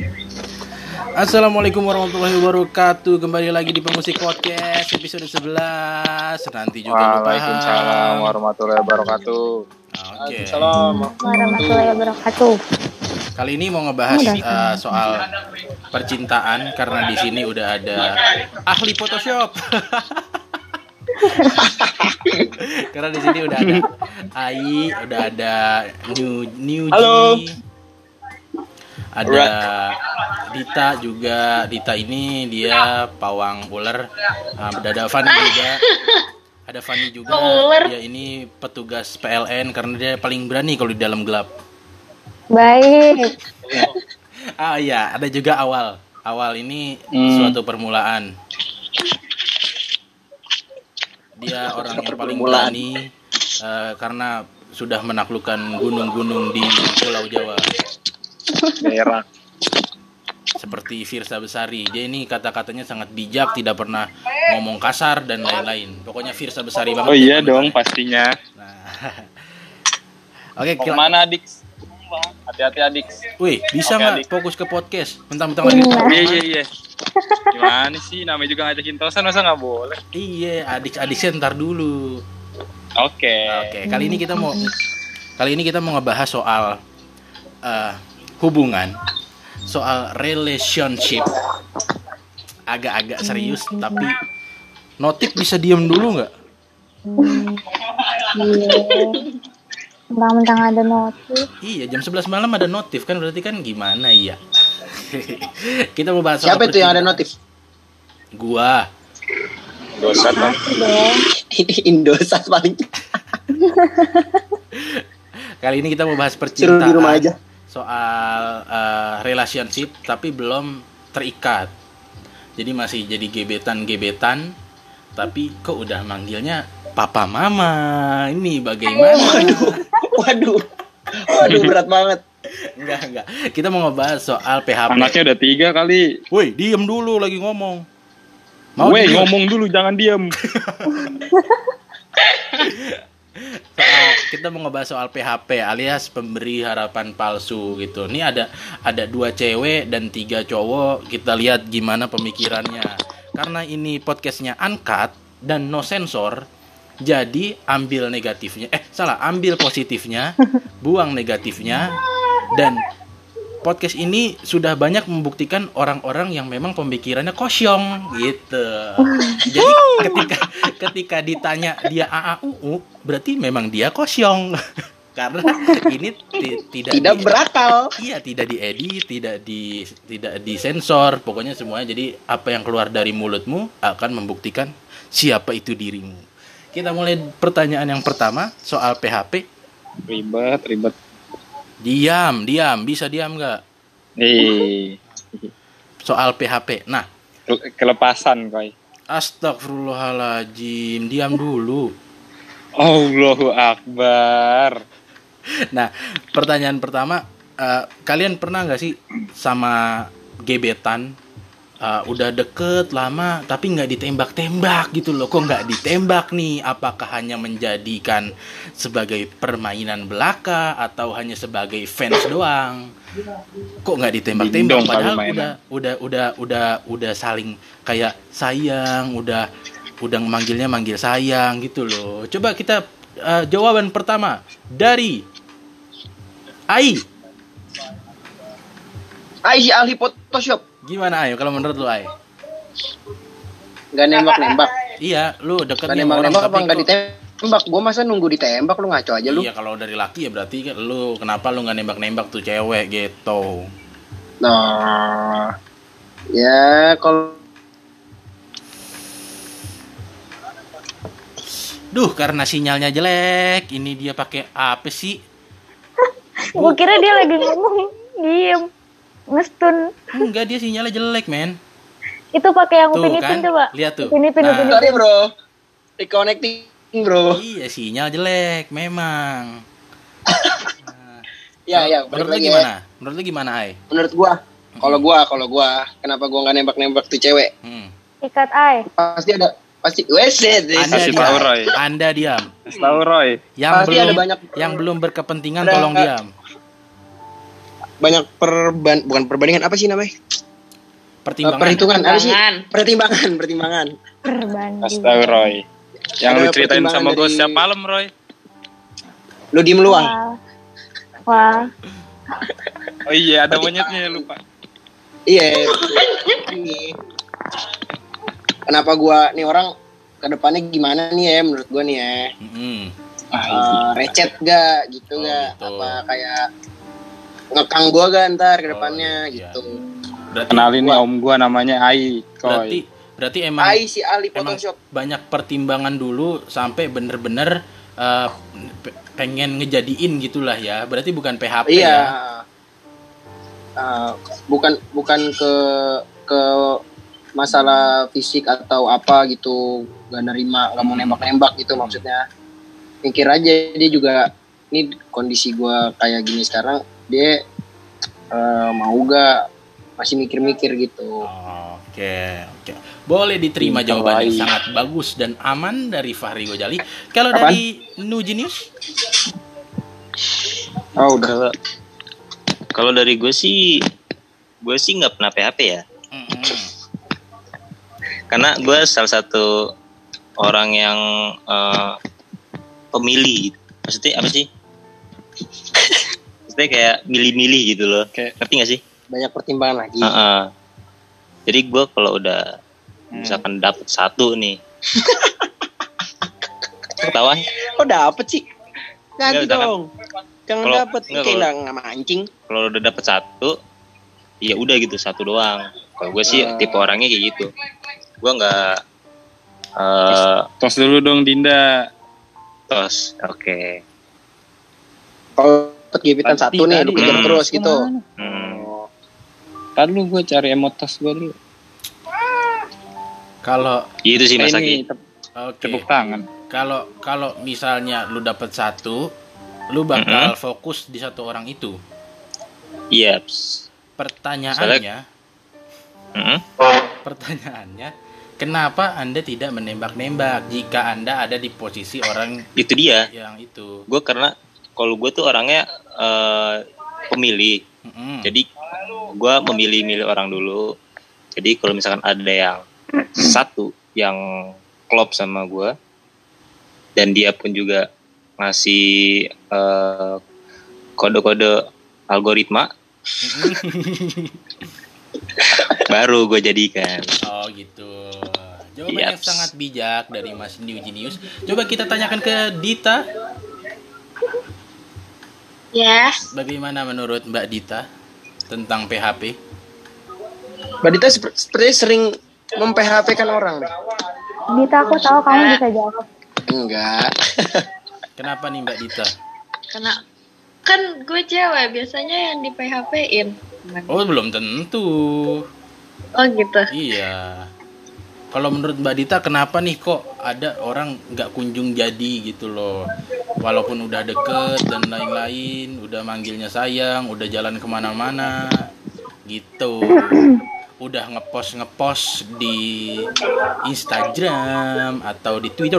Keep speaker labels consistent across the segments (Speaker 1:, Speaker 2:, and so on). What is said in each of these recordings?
Speaker 1: Assalamualaikum warahmatullahi wabarakatuh. Kembali lagi di Pemusik Podcast episode 11. Nanti juga
Speaker 2: Waalaikumsalam warahmatullahi wabarakatuh.
Speaker 1: Oke.
Speaker 3: Warahmatullahi wabarakatuh.
Speaker 1: Kali ini mau ngebahas soal percintaan karena di sini udah ada ahli Photoshop. Karena di sini udah ada Ai, udah ada New
Speaker 2: Halo.
Speaker 1: G. Ada Dita juga. Dita ini dia pawang ular. Ada Fanny juga. Ada Fanny juga. Dia ini petugas PLN karena dia paling berani kalau di dalam gelap.
Speaker 3: Baik.
Speaker 1: Iya, ada juga Awal. Awal ini suatu permulaan. Dia orang yang paling berani karena sudah menaklukkan gunung-gunung di Pulau Jawa.
Speaker 2: Daerah.
Speaker 1: Seperti Firsa Besari. Dia ini kata-katanya sangat bijak, tidak pernah ngomong kasar dan lain-lain. Pokoknya Firsa Besari banget.
Speaker 2: Oh iya dong pastinya.
Speaker 1: Nah. Oke,
Speaker 2: Kemana adik? Hati-hati adik.
Speaker 1: Wih, bisa
Speaker 2: Oke,
Speaker 1: nggak
Speaker 2: Adik.
Speaker 1: fokus ke podcast? Mentang-mentang lagi.
Speaker 2: Iya. Gimana sih? Namanya juga ngajakin tosan masa nggak boleh?
Speaker 1: Iya, adik-adiknya ntar dulu.
Speaker 2: Oke.
Speaker 1: Kali ini kita mau ngebahas soal hubungan, soal relationship. Agak-agak serius, tapi notif bisa diem dulu nggak?
Speaker 3: Mentang-mentang ada notif.
Speaker 1: Iya, jam 11 malam ada notif kan, berarti kan gimana ya? Kita mau bahas
Speaker 4: siapa itu yang ada notif?
Speaker 1: Gua.
Speaker 2: Dosat dong.
Speaker 4: Ini Indosat paling.
Speaker 1: Kali ini kita mau bahas
Speaker 4: Suruh
Speaker 1: percintaan.
Speaker 4: di rumah aja.
Speaker 1: Soal relationship tapi belum terikat. Jadi masih jadi gebetan, tapi kok udah manggilnya papa mama. Ini bagaimana?
Speaker 4: Waduh, berat banget.
Speaker 1: Enggak. Kita mau ngebahas soal PHP.
Speaker 2: Anaknya udah 3 kali.
Speaker 1: Woi, diem dulu lagi ngomong.
Speaker 2: Weh,
Speaker 1: diem?
Speaker 2: ngomong dulu jangan diem.
Speaker 1: Kita mau ngebahas soal PHP alias pemberi harapan palsu gitu. Ini ada 2 cewek dan 3 cowok. Kita lihat gimana pemikirannya. Karena ini podcastnya uncut dan no sensor, jadi ambil positifnya, buang negatifnya. Dan podcast ini sudah banyak membuktikan orang-orang yang memang pemikirannya kosyong gitu. Jadi ketika ditanya dia AAUU, berarti memang dia kosyong. Karena ini tidak
Speaker 4: berakal.
Speaker 1: Iya, tidak diedit, tidak disensor, pokoknya semuanya. Jadi apa yang keluar dari mulutmu akan membuktikan siapa itu dirimu. Kita mulai pertanyaan yang pertama soal PHP.
Speaker 2: Ribet.
Speaker 1: Diam, bisa diam nggak? Soal PHP. Nah,
Speaker 2: Kelepasan koi.
Speaker 1: astagfirullahaladzim, diam dulu.
Speaker 2: Allahu Akbar.
Speaker 1: Nah, pertanyaan pertama, kalian pernah nggak sih sama gebetan udah deket lama tapi nggak ditembak-tembak gitu loh? Kok nggak ditembak nih? Apakah hanya menjadikan sebagai permainan belaka atau hanya sebagai fans doang? Kok nggak ditembak-tembak?
Speaker 2: Dindong
Speaker 1: Padahal udah saling kayak sayang, udah manggil sayang gitu loh. Coba kita jawaban pertama dari Ai.
Speaker 4: Ahli Photoshop.
Speaker 1: Gimana Ai? Kalau menurut lu Ai?
Speaker 4: Gak nembak.
Speaker 1: Iya, lu deket
Speaker 4: Gak
Speaker 1: nih sama orang
Speaker 4: nembak apa
Speaker 1: tapi
Speaker 4: nggak ditembak? Gue masa nunggu ditembak, lu ngaco aja lu.
Speaker 1: Iya, kalau dari laki ya berarti lu kenapa lu nggak nembak tuh cewek gitu?
Speaker 4: Nah, ya kalau
Speaker 1: Duh, karena sinyalnya jelek. Ini dia pakai apa sih?
Speaker 3: Gue kira dia lagi ngomong diem, ngestun.
Speaker 1: Enggak, dia sinyalnya jelek, men.
Speaker 3: Itu pakai yang
Speaker 1: Tuh
Speaker 3: Upin-Ipin
Speaker 1: kan,
Speaker 3: coba.
Speaker 1: lihat tuh.
Speaker 3: Upin-Ipin.
Speaker 4: sorry bro, reconnecting bro.
Speaker 1: Iya, sinyal jelek memang.
Speaker 4: Ya,
Speaker 1: Menurut lu
Speaker 4: balik lagi
Speaker 1: gimana? Menurut lu gimana, Ai?
Speaker 4: Menurut kalau gua, kenapa gua nggak nembak tuh cewek?
Speaker 3: Ikat Ai.
Speaker 4: Pasti weset.
Speaker 2: Kasih tahu, Roy.
Speaker 1: Anda diam.
Speaker 2: Tahu Roy.
Speaker 1: Yang
Speaker 4: Pasti
Speaker 1: belum
Speaker 4: ada banyak.
Speaker 1: yang belum berkepentingan tolong diam.
Speaker 4: banyak bukan perbandingan, apa sih namanya?
Speaker 1: Pertimbangan.
Speaker 4: Apa sih? Pertimbangan.
Speaker 3: Berbanding.
Speaker 2: Astaga Roy. Yang
Speaker 4: Ada
Speaker 2: lu ceritain
Speaker 4: pertimbangan
Speaker 2: sama gue
Speaker 4: dari-
Speaker 2: setiap malam Roy.
Speaker 4: Lu diem lu ah.
Speaker 3: Wah.
Speaker 2: Oh iya ada monyetnya lupa.
Speaker 4: Iya. Ini. Kenapa gua nih orang kedepannya gimana nih ya menurut gua nih ya? Recet gak gitu
Speaker 1: Oh,
Speaker 4: gak?
Speaker 1: gitu.
Speaker 4: Apa kayak ngekang gua gak ntar kedepannya
Speaker 1: iya.
Speaker 4: gitu.
Speaker 1: Berarti
Speaker 2: Kenalin nih om gue namanya Ai.
Speaker 1: berarti emang
Speaker 4: Ai si Ali
Speaker 1: emang
Speaker 4: Photoshop.
Speaker 1: banyak pertimbangan dulu sampai bener-bener pengen ngejadiin gitulah ya. Berarti bukan PHP
Speaker 4: Iya.
Speaker 1: ya.
Speaker 4: Bukan ke masalah fisik atau apa gitu, gak nerima, gak mau nembak gitu maksudnya. Mikir aja dia juga, ini kondisi gua kayak gini sekarang, dia mau gak, masih mikir-mikir gitu.
Speaker 1: Oke. Boleh diterima
Speaker 2: Pintar
Speaker 1: jawabannya
Speaker 2: baik.
Speaker 1: sangat bagus dan aman dari Fahri Gojali. Kalau
Speaker 4: Apaan?
Speaker 1: dari Nujinius?
Speaker 4: Oh udah.
Speaker 5: Kalau dari gue sih nggak pernah PHP ya. Karena gue salah satu orang yang pemilih. Maksudnya apa sih? Maksudnya kayak milih-milih gitu loh.
Speaker 2: Kayak-
Speaker 5: Ngerti gak sih?
Speaker 4: Banyak pertimbangan lagi.
Speaker 5: Jadi gue kalau udah misalkan dapet satu nih, ketawa.
Speaker 4: Kok dapet sih? Ganti
Speaker 5: Enggak,
Speaker 4: dong. Jangan
Speaker 5: Kalau-
Speaker 4: dapet,
Speaker 5: enggak,
Speaker 4: kayak
Speaker 5: kalau-
Speaker 4: nggak mancing.
Speaker 5: Kalau udah dapet satu, ya udah gitu satu doang. Kalau gue sih tipe orangnya kayak gitu. Gue nggak
Speaker 2: Tos dulu dong Dinda.
Speaker 5: tos. Oke.
Speaker 4: Kalau dapet gebetan
Speaker 2: Tadi-
Speaker 4: satu nih, lu
Speaker 2: tadi
Speaker 4: kejar
Speaker 5: emang
Speaker 4: terus gitu.
Speaker 2: Tadi lu gue cari emot tos gue dulu.
Speaker 1: Kalau
Speaker 5: Gitu sih Mas
Speaker 2: Ini
Speaker 5: Aki.
Speaker 1: oke.
Speaker 2: tepuk tangan.
Speaker 1: Kalau misalnya lu dapet satu, lu bakal fokus di satu orang itu.
Speaker 5: Iya.
Speaker 1: Pertanyaannya, kenapa Anda tidak menembak-nembak jika Anda ada di posisi orang
Speaker 5: Itu dia.
Speaker 1: yang itu?
Speaker 5: Gue karena kalau gue tuh orangnya pemilih. Jadi gue memilih-milih orang dulu. Jadi kalau misalkan ada yang satu yang klop sama gue dan dia pun juga ngasih kode-kode algoritma, baru gue jadikan.
Speaker 1: Oh gitu. Jawabannya
Speaker 5: Yaps.
Speaker 1: sangat bijak dari Mas Nujinius. Coba kita tanyakan ke Dita.
Speaker 6: Ya,
Speaker 1: Bagaimana menurut Mbak Dita tentang PHP?
Speaker 4: Mbak Dita sepertinya sering mem-PHP kan orang deh.
Speaker 3: Dita, aku tahu kamu bisa jawab.
Speaker 4: Enggak.
Speaker 1: Kenapa nih Mbak Dita?
Speaker 6: karena kan gue cewek biasanya yang di PHP-in.
Speaker 1: Oh belum tentu.
Speaker 6: Oh gitu.
Speaker 1: Iya. Kalau menurut Mbak Dita kenapa nih kok ada orang nggak kunjung jadi gitu loh. Walaupun udah deket dan lain-lain, udah manggilnya sayang, udah jalan kemana-mana gitu. Udah ngepost di Instagram atau di Twitter.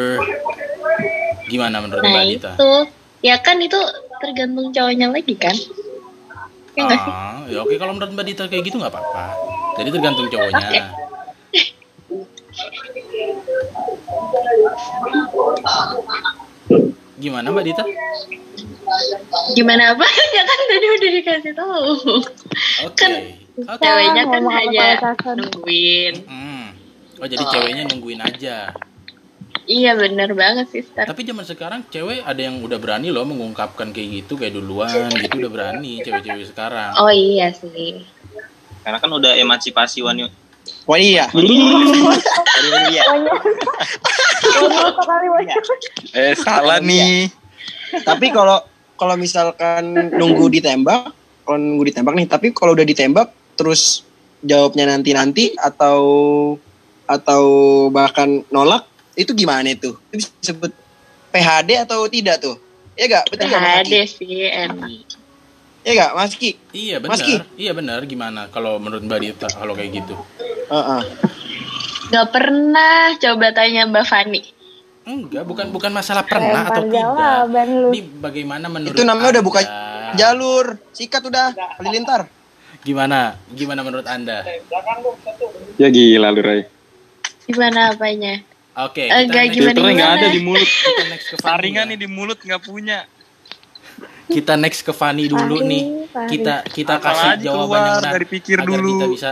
Speaker 1: Gimana menurut
Speaker 6: Nah
Speaker 1: Mbak Dita?
Speaker 6: itu, ya kan itu tergantung cowoknya lagi kan. Ya nggak sih?
Speaker 1: Ya oke, kalau menurut Mbak Dita kayak gitu nggak apa-apa. Jadi tergantung cowoknya.
Speaker 6: Oke.
Speaker 1: Gimana Mbak Dita?
Speaker 6: Gimana apa? Ya kan tadi udah dikasih tahu.
Speaker 1: Oke.
Speaker 6: Kan
Speaker 1: Oke.
Speaker 6: ceweknya kan
Speaker 3: ngomong apa
Speaker 6: hanya
Speaker 3: kalau Sason?
Speaker 6: nungguin.
Speaker 1: Oh jadi ceweknya nungguin aja.
Speaker 6: Iya bener banget sister.
Speaker 1: Tapi zaman sekarang cewek ada yang udah berani loh mengungkapkan kayak gitu, kayak duluan gitu udah berani cewek-cewek sekarang.
Speaker 6: Oh iya sih.
Speaker 5: Karena kan udah emansipasi wanita.
Speaker 4: Wah iya.
Speaker 3: Banyak. Banyak kali banyak.
Speaker 2: Salah nih.
Speaker 4: Tapi kalau misalkan nunggu ditembak nih, tapi kalau udah ditembak terus jawabnya nanti atau bahkan nolak, itu gimana itu? Itu bisa disebut PHD atau tidak tuh? Ya enggak? Betul enggak Mas
Speaker 6: PHD
Speaker 4: Ki?
Speaker 6: sih enak.
Speaker 4: Ya enggak, Mas Ki?
Speaker 1: Iya
Speaker 4: Mas Ki?
Speaker 1: benar. Iya benar. Gimana kalau menurut Mbak Dita kalau kayak gitu?
Speaker 4: Heeh.
Speaker 6: Gak pernah coba tanya Mbak Fani.
Speaker 1: Enggak, bukan masalah pernah
Speaker 3: Lempar
Speaker 1: atau tidak.
Speaker 3: jawaban lu.
Speaker 1: Ini bagaimana menurut
Speaker 4: Itu namanya udah bukan
Speaker 1: Anda?
Speaker 4: jalur, sikat udah, halilintar.
Speaker 1: Gimana menurut Anda?
Speaker 2: Ya gila lu, Ray.
Speaker 6: Gimana apanya?
Speaker 1: Oke,
Speaker 6: Enggak,
Speaker 1: next,
Speaker 6: gimana?
Speaker 2: Filternya nggak ada di mulut.
Speaker 1: kita next ke Fani
Speaker 2: Saringan
Speaker 1: ya.
Speaker 2: nih di mulut nggak punya.
Speaker 1: Kita next ke Fani dulu
Speaker 3: Fani,
Speaker 1: nih.
Speaker 3: Fani.
Speaker 1: Kita
Speaker 2: Apa
Speaker 1: kasih
Speaker 2: lagi
Speaker 1: jawaban
Speaker 2: keluar
Speaker 1: yang benar
Speaker 2: dari pikir
Speaker 1: agar
Speaker 2: dulu.
Speaker 1: kita bisa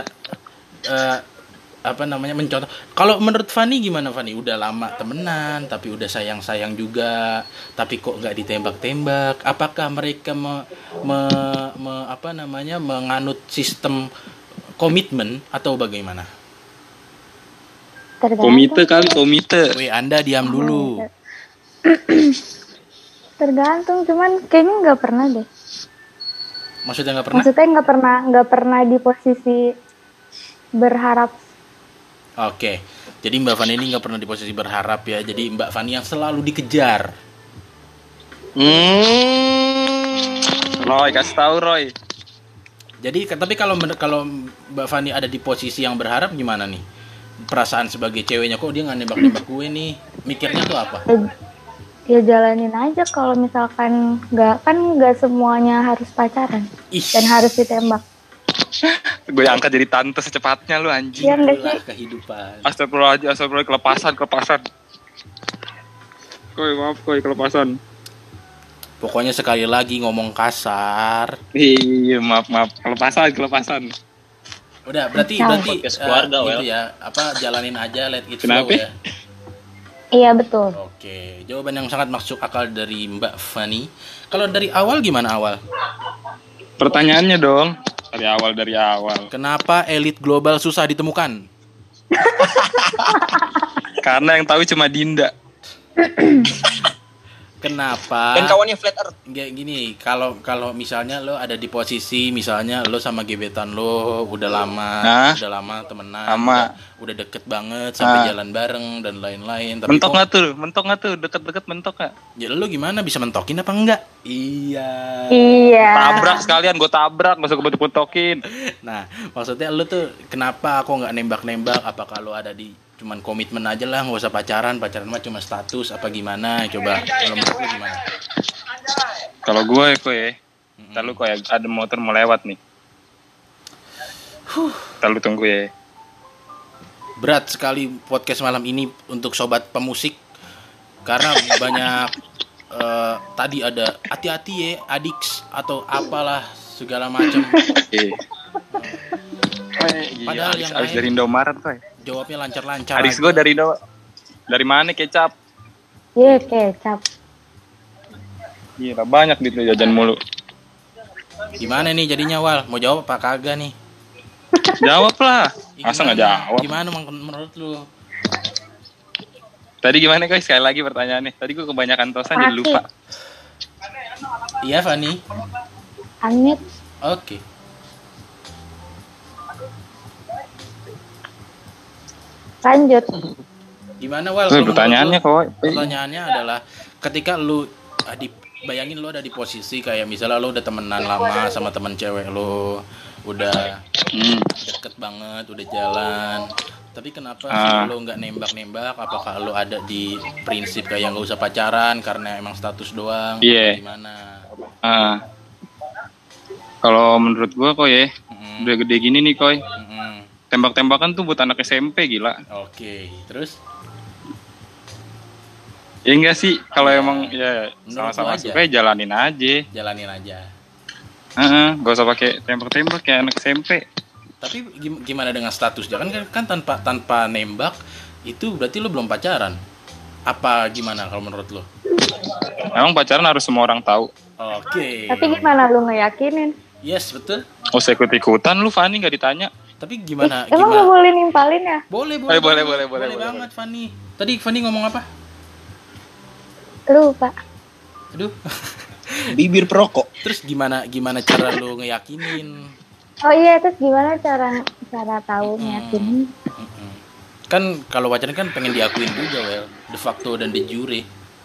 Speaker 1: mencontoh. Kalau menurut Fani gimana Fani? Udah lama temenan, tapi udah sayang-sayang juga, tapi kok nggak ditembak-tembak? Apakah mereka menganut sistem komitmen atau bagaimana?
Speaker 3: Tergantung.
Speaker 1: Weh, Anda diam dulu.
Speaker 3: Tergantung, cuman kayaknya nggak pernah deh.
Speaker 1: Maksudnya nggak pernah?
Speaker 3: Maksudnya nggak pernah di posisi berharap.
Speaker 1: Oke, jadi Mbak Fani ini nggak pernah di posisi berharap ya. Jadi Mbak Fani yang selalu dikejar.
Speaker 2: Roy, kasih tahu Roy.
Speaker 1: Jadi tapi kalau Mbak Fani ada di posisi yang berharap gimana nih? Perasaan sebagai ceweknya, kok dia nggak nembak-nembak gue nih? Mikirnya tuh apa?
Speaker 3: Ya jalanin aja, kalau misalkan nggak semuanya harus pacaran
Speaker 1: Ih,
Speaker 3: dan harus ditembak.
Speaker 2: Gue angkat jadi tante secepatnya lu anjing.
Speaker 3: Iya nggak sih?
Speaker 1: itulah kehidupan.
Speaker 2: Astagfirullah, kelepasan. Maaf, kelepasan.
Speaker 1: Pokoknya sekali lagi ngomong kasar.
Speaker 2: Iya, maaf, kelepasan.
Speaker 1: Udah, berarti
Speaker 5: Podcast keluarga,
Speaker 1: gitu
Speaker 5: Wel.
Speaker 1: ya. Jalanin aja, let it
Speaker 2: Kenapa?
Speaker 1: flow ya.
Speaker 3: Iya betul.
Speaker 1: Oke, jawaban yang sangat masuk akal dari Mbak Fani. Kalau dari awal gimana awal?
Speaker 2: Pertanyaannya dong. Dari awal.
Speaker 1: Kenapa elit global susah ditemukan?
Speaker 2: Karena yang tahu cuma Dinda.
Speaker 1: Kenapa?
Speaker 4: Dan kawannya flat earth.
Speaker 1: Kayak gini, kalau misalnya lo ada di posisi misalnya lo sama gebetan lo udah lama temenan,
Speaker 2: Lama.
Speaker 1: udah deket banget sampai jalan bareng dan lain-lain. Tapi
Speaker 2: Mentok
Speaker 1: kok,
Speaker 2: nggak tuh? Deket-deket mentok nggak?
Speaker 1: ya lo gimana bisa mentokin apa enggak? Iya.
Speaker 3: Iya.
Speaker 2: Tabrak sekalian, gue tabrak, nggak usah kebentuk-bentokin.
Speaker 1: Nah, maksudnya lo tuh kenapa kok nggak nembak-nembak? Apa kalau ada di cuman komitmen aja lah, nggak usah pacaran mah cuma status apa gimana? Coba kalau menurut lo gimana?
Speaker 2: Kalau gue ntar lu kok ya, ada motor mau lewat nih. Ntar lu tunggu ya.
Speaker 1: Berat sekali podcast malam ini untuk sobat pemusik karena banyak tadi ada hati-hati ya adix atau apalah segala macam. Padahal yang
Speaker 2: Abis
Speaker 1: lain
Speaker 2: dari Indomaret kok.
Speaker 1: jawabnya lancar-lancar.
Speaker 2: Adix
Speaker 1: aja.
Speaker 2: gue dari mana kecap?
Speaker 3: Iya kecap.
Speaker 2: Gila banyak gitu jajan mulu.
Speaker 1: Gimana nih jadinya Wal? Mau jawab apa kagak nih?
Speaker 2: Jawab lah.
Speaker 1: Ya,
Speaker 2: Masa nggak
Speaker 1: gimana?
Speaker 2: jawab?
Speaker 1: Gimana menurut lu?
Speaker 2: Tadi gimana guys? Sekali lagi pertanyaannya. Tadi gue kebanyakan tosan jadi lupa.
Speaker 1: Iya Fani.
Speaker 3: Amit.
Speaker 1: Oke.
Speaker 3: Lanjut.
Speaker 1: Gimana Wal?
Speaker 2: Tuh,
Speaker 1: Kalau
Speaker 2: pertanyaannya
Speaker 1: menurut lu,
Speaker 2: kok.
Speaker 1: Pertanyaannya adalah ketika lu bayangin lu ada di posisi kayak misalnya lu udah temenan lama sama temen cewek lu, udah deket banget, udah jalan. Tapi kenapa sih lu nggak nembak-nembak? Apakah lu ada di prinsip kayak nggak usah pacaran karena emang status doang?
Speaker 2: Iya.
Speaker 1: Atau gimana?
Speaker 2: Kalau menurut gue kok ya,
Speaker 1: Mm-mm.
Speaker 2: udah gede gini nih koi.
Speaker 1: Mm-mm.
Speaker 2: Tembak-tembakan tuh buat anak SMP gila.
Speaker 1: Oke, terus
Speaker 2: Ya enggak sih, kalau emang ya
Speaker 1: Menurut
Speaker 2: sama-sama
Speaker 1: lu aja.
Speaker 2: suka ya jalanin aja.
Speaker 1: jalanin aja.
Speaker 2: Gak usah pakai tembak-tembak kayak anak SMP.
Speaker 1: Tapi gimana dengan status? Jangan kan tanpa nembak itu berarti lu belum pacaran. Apa gimana kalau menurut lu?
Speaker 2: Emang pacaran harus semua orang tahu.
Speaker 1: Oke.
Speaker 3: Tapi gimana lu ngeyakinin?
Speaker 1: Yes, betul.
Speaker 2: Oh, saya ikut-ikutan lu Fani nggak ditanya.
Speaker 1: Tapi gimana?
Speaker 3: Emang gak boleh nimpalin ya?
Speaker 1: Boleh
Speaker 2: Boleh
Speaker 1: banget, Fani. Tadi Fani ngomong apa?
Speaker 3: Lupa.
Speaker 1: Aduh.
Speaker 4: Bibir perokok.
Speaker 1: Terus gimana cara lu ngeyakinin?
Speaker 3: Oh iya, terus gimana cara tahu ngeyakinin?
Speaker 1: Kan kalau pacaran kan pengen diakuin juga, Wel. De facto dan de jure.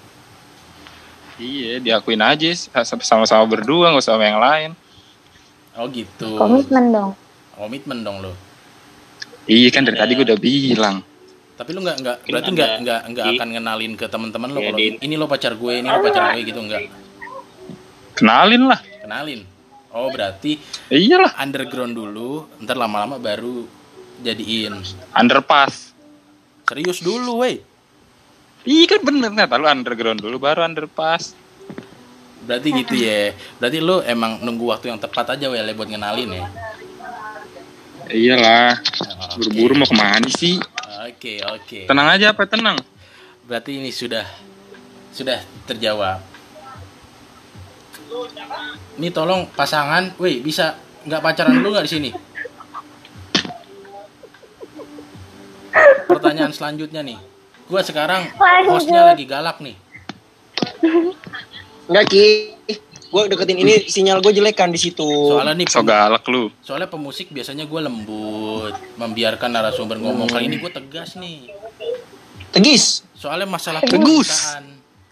Speaker 2: Iya, diakuin aja sama-sama berdua, nggak usah sama yang lain.
Speaker 1: Oh gitu.
Speaker 3: Komitmen dong.
Speaker 1: Komitmen dong lo.
Speaker 2: Iya kan dari tadi gue udah bilang.
Speaker 1: Tapi lu nggak berarti
Speaker 5: ada
Speaker 1: nggak akan ngenalin ke teman-teman lo
Speaker 5: Iya,
Speaker 1: kalau
Speaker 5: Din.
Speaker 1: ini lo pacar gue gitu nggak?
Speaker 2: Kenalin lah.
Speaker 1: kenalin. Oh berarti
Speaker 2: Iyalah,
Speaker 1: underground dulu, ntar lama-lama baru jadiin.
Speaker 2: underpass.
Speaker 1: Serius dulu, weh.
Speaker 2: Iya kan bener, nggak lu underground dulu baru underpass.
Speaker 1: Berarti gitu ya. Berarti lu emang nunggu waktu yang tepat aja Wel buat ngenalin ya.
Speaker 2: Iyalah,
Speaker 1: Oke.
Speaker 2: buru-buru mau kemana sih?
Speaker 1: Oke.
Speaker 2: Tenang aja apa tenang?
Speaker 1: Berarti ini sudah terjawab. Ini tolong pasangan, weh bisa nggak pacaran dulu nggak di sini? Pertanyaan selanjutnya nih. Gua sekarang hostnya lagi galak nih.
Speaker 4: Enggak Ki, gue deketin ini sinyal gue jelek kan di situ.
Speaker 1: Soalnya nih
Speaker 2: So galak lu.
Speaker 1: soalnya pemusik biasanya gue lembut, membiarkan narasumber ngomong. Kali ini gue tegas nih.
Speaker 4: Tegis.
Speaker 1: Soalnya masalah
Speaker 2: Tegus.
Speaker 1: percintaan.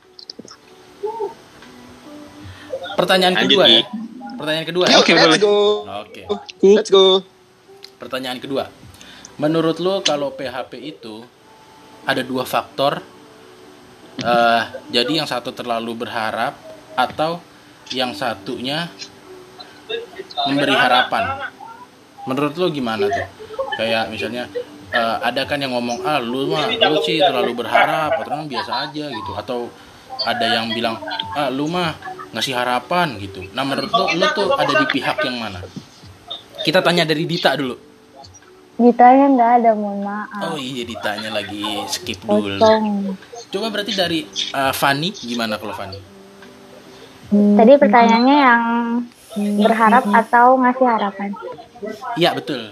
Speaker 1: Pertanyaan
Speaker 5: Lanjut,
Speaker 1: kedua ya.
Speaker 5: Ki.
Speaker 1: Pertanyaan kedua.
Speaker 4: Yuk,
Speaker 2: Oke,
Speaker 4: let's
Speaker 2: boleh.
Speaker 4: go.
Speaker 1: Oke.
Speaker 4: Let's go.
Speaker 1: Pertanyaan kedua. Menurut lo kalau PHP itu ada dua faktor. Jadi yang satu terlalu berharap atau yang satunya memberi harapan. Menurut lo gimana tuh? Kayak misalnya ada kan yang ngomong lu sih terlalu berharap atau biasa aja gitu, atau ada yang bilang lu mah ngasih harapan gitu. Nah menurut lo tuh ada di pihak yang mana? Kita tanya dari Dita dulu.
Speaker 3: Ditanya nggak ada, mohon maaf.
Speaker 1: Oh iya Ditanya lagi skip dulu.
Speaker 3: Kosong.
Speaker 1: Coba berarti dari Fanny, gimana kalau Fanny?
Speaker 3: Tadi pertanyaannya yang berharap atau ngasih harapan.
Speaker 1: Iya betul.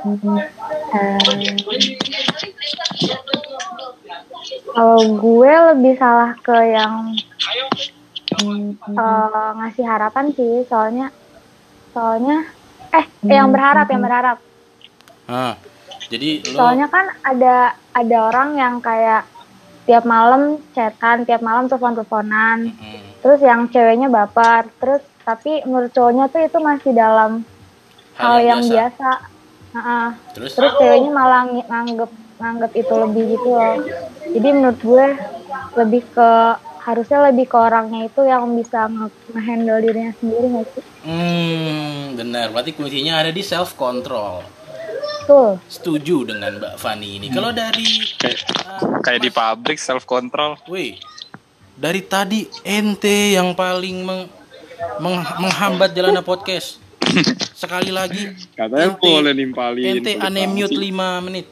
Speaker 3: Kalau gue lebih salah ke yang ngasih harapan sih, soalnya yang berharap.
Speaker 1: Jadi lo
Speaker 3: Soalnya kan ada orang yang kayak tiap malam chatan, tiap malam telepon-teleponan. Terus yang ceweknya baper, terus tapi menurut cowoknya tuh itu masih dalam hal yang biasa.
Speaker 1: Terus
Speaker 3: Terus ceweknya malah nganggep itu lebih gitu loh. Jadi menurut gue harusnya lebih ke orangnya itu yang bisa nge-handle dirinya sendiri nggak sih?
Speaker 1: Benar. Berarti kuncinya ada di self control.
Speaker 3: Tuh.
Speaker 1: Setuju dengan Mbak Fanny ini. Kalau dari
Speaker 2: Kayak di pabrik self control.
Speaker 1: wih, dari tadi ente yang paling menghambat jalannya podcast. Sekali lagi
Speaker 2: Katanya
Speaker 1: ente-
Speaker 2: boleh nimpalin.
Speaker 1: ente aneh mute 5 menit.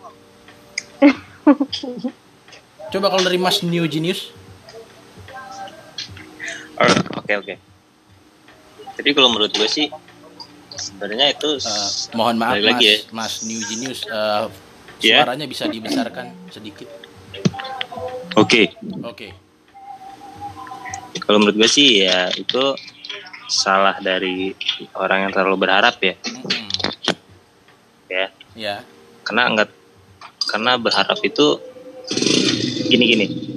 Speaker 1: Coba kalau dari Mas New Genius.
Speaker 5: Oke. Jadi kalau menurut gue sih sebenarnya itu
Speaker 1: Mohon maaf
Speaker 5: balik lagi ya.
Speaker 1: Mas New Genius,
Speaker 5: Ya.
Speaker 1: suaranya bisa dibesarkan sedikit.
Speaker 5: Oke. Kalau menurut gue sih ya itu salah dari orang yang terlalu berharap ya. Ya.
Speaker 1: Ya.
Speaker 5: Karena berharap itu gini.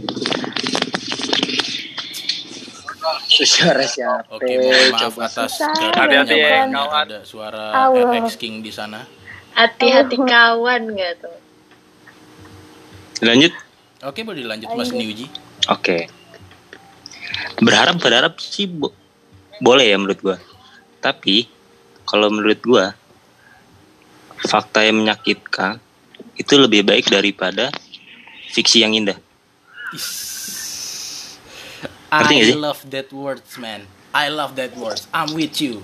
Speaker 4: Suara siapa?
Speaker 1: Oke, mohon maaf
Speaker 4: Coba.
Speaker 1: atas
Speaker 2: Hati-hati ya,
Speaker 1: kerennya
Speaker 2: kawan.
Speaker 1: ada suara
Speaker 3: Allah.
Speaker 1: FX King di sana.
Speaker 6: Hati-hati kawan nggak tuh?
Speaker 5: Lanjut.
Speaker 1: Oke, boleh dilanjut Mas Niuji.
Speaker 5: Oke. Berharap sih boleh ya menurut gua. Tapi kalau menurut gua fakta yang menyakitkan itu lebih baik daripada fiksi yang indah. Ngerti nggak
Speaker 1: I
Speaker 5: sih?
Speaker 1: love that words, man. I love that words. I'm with you.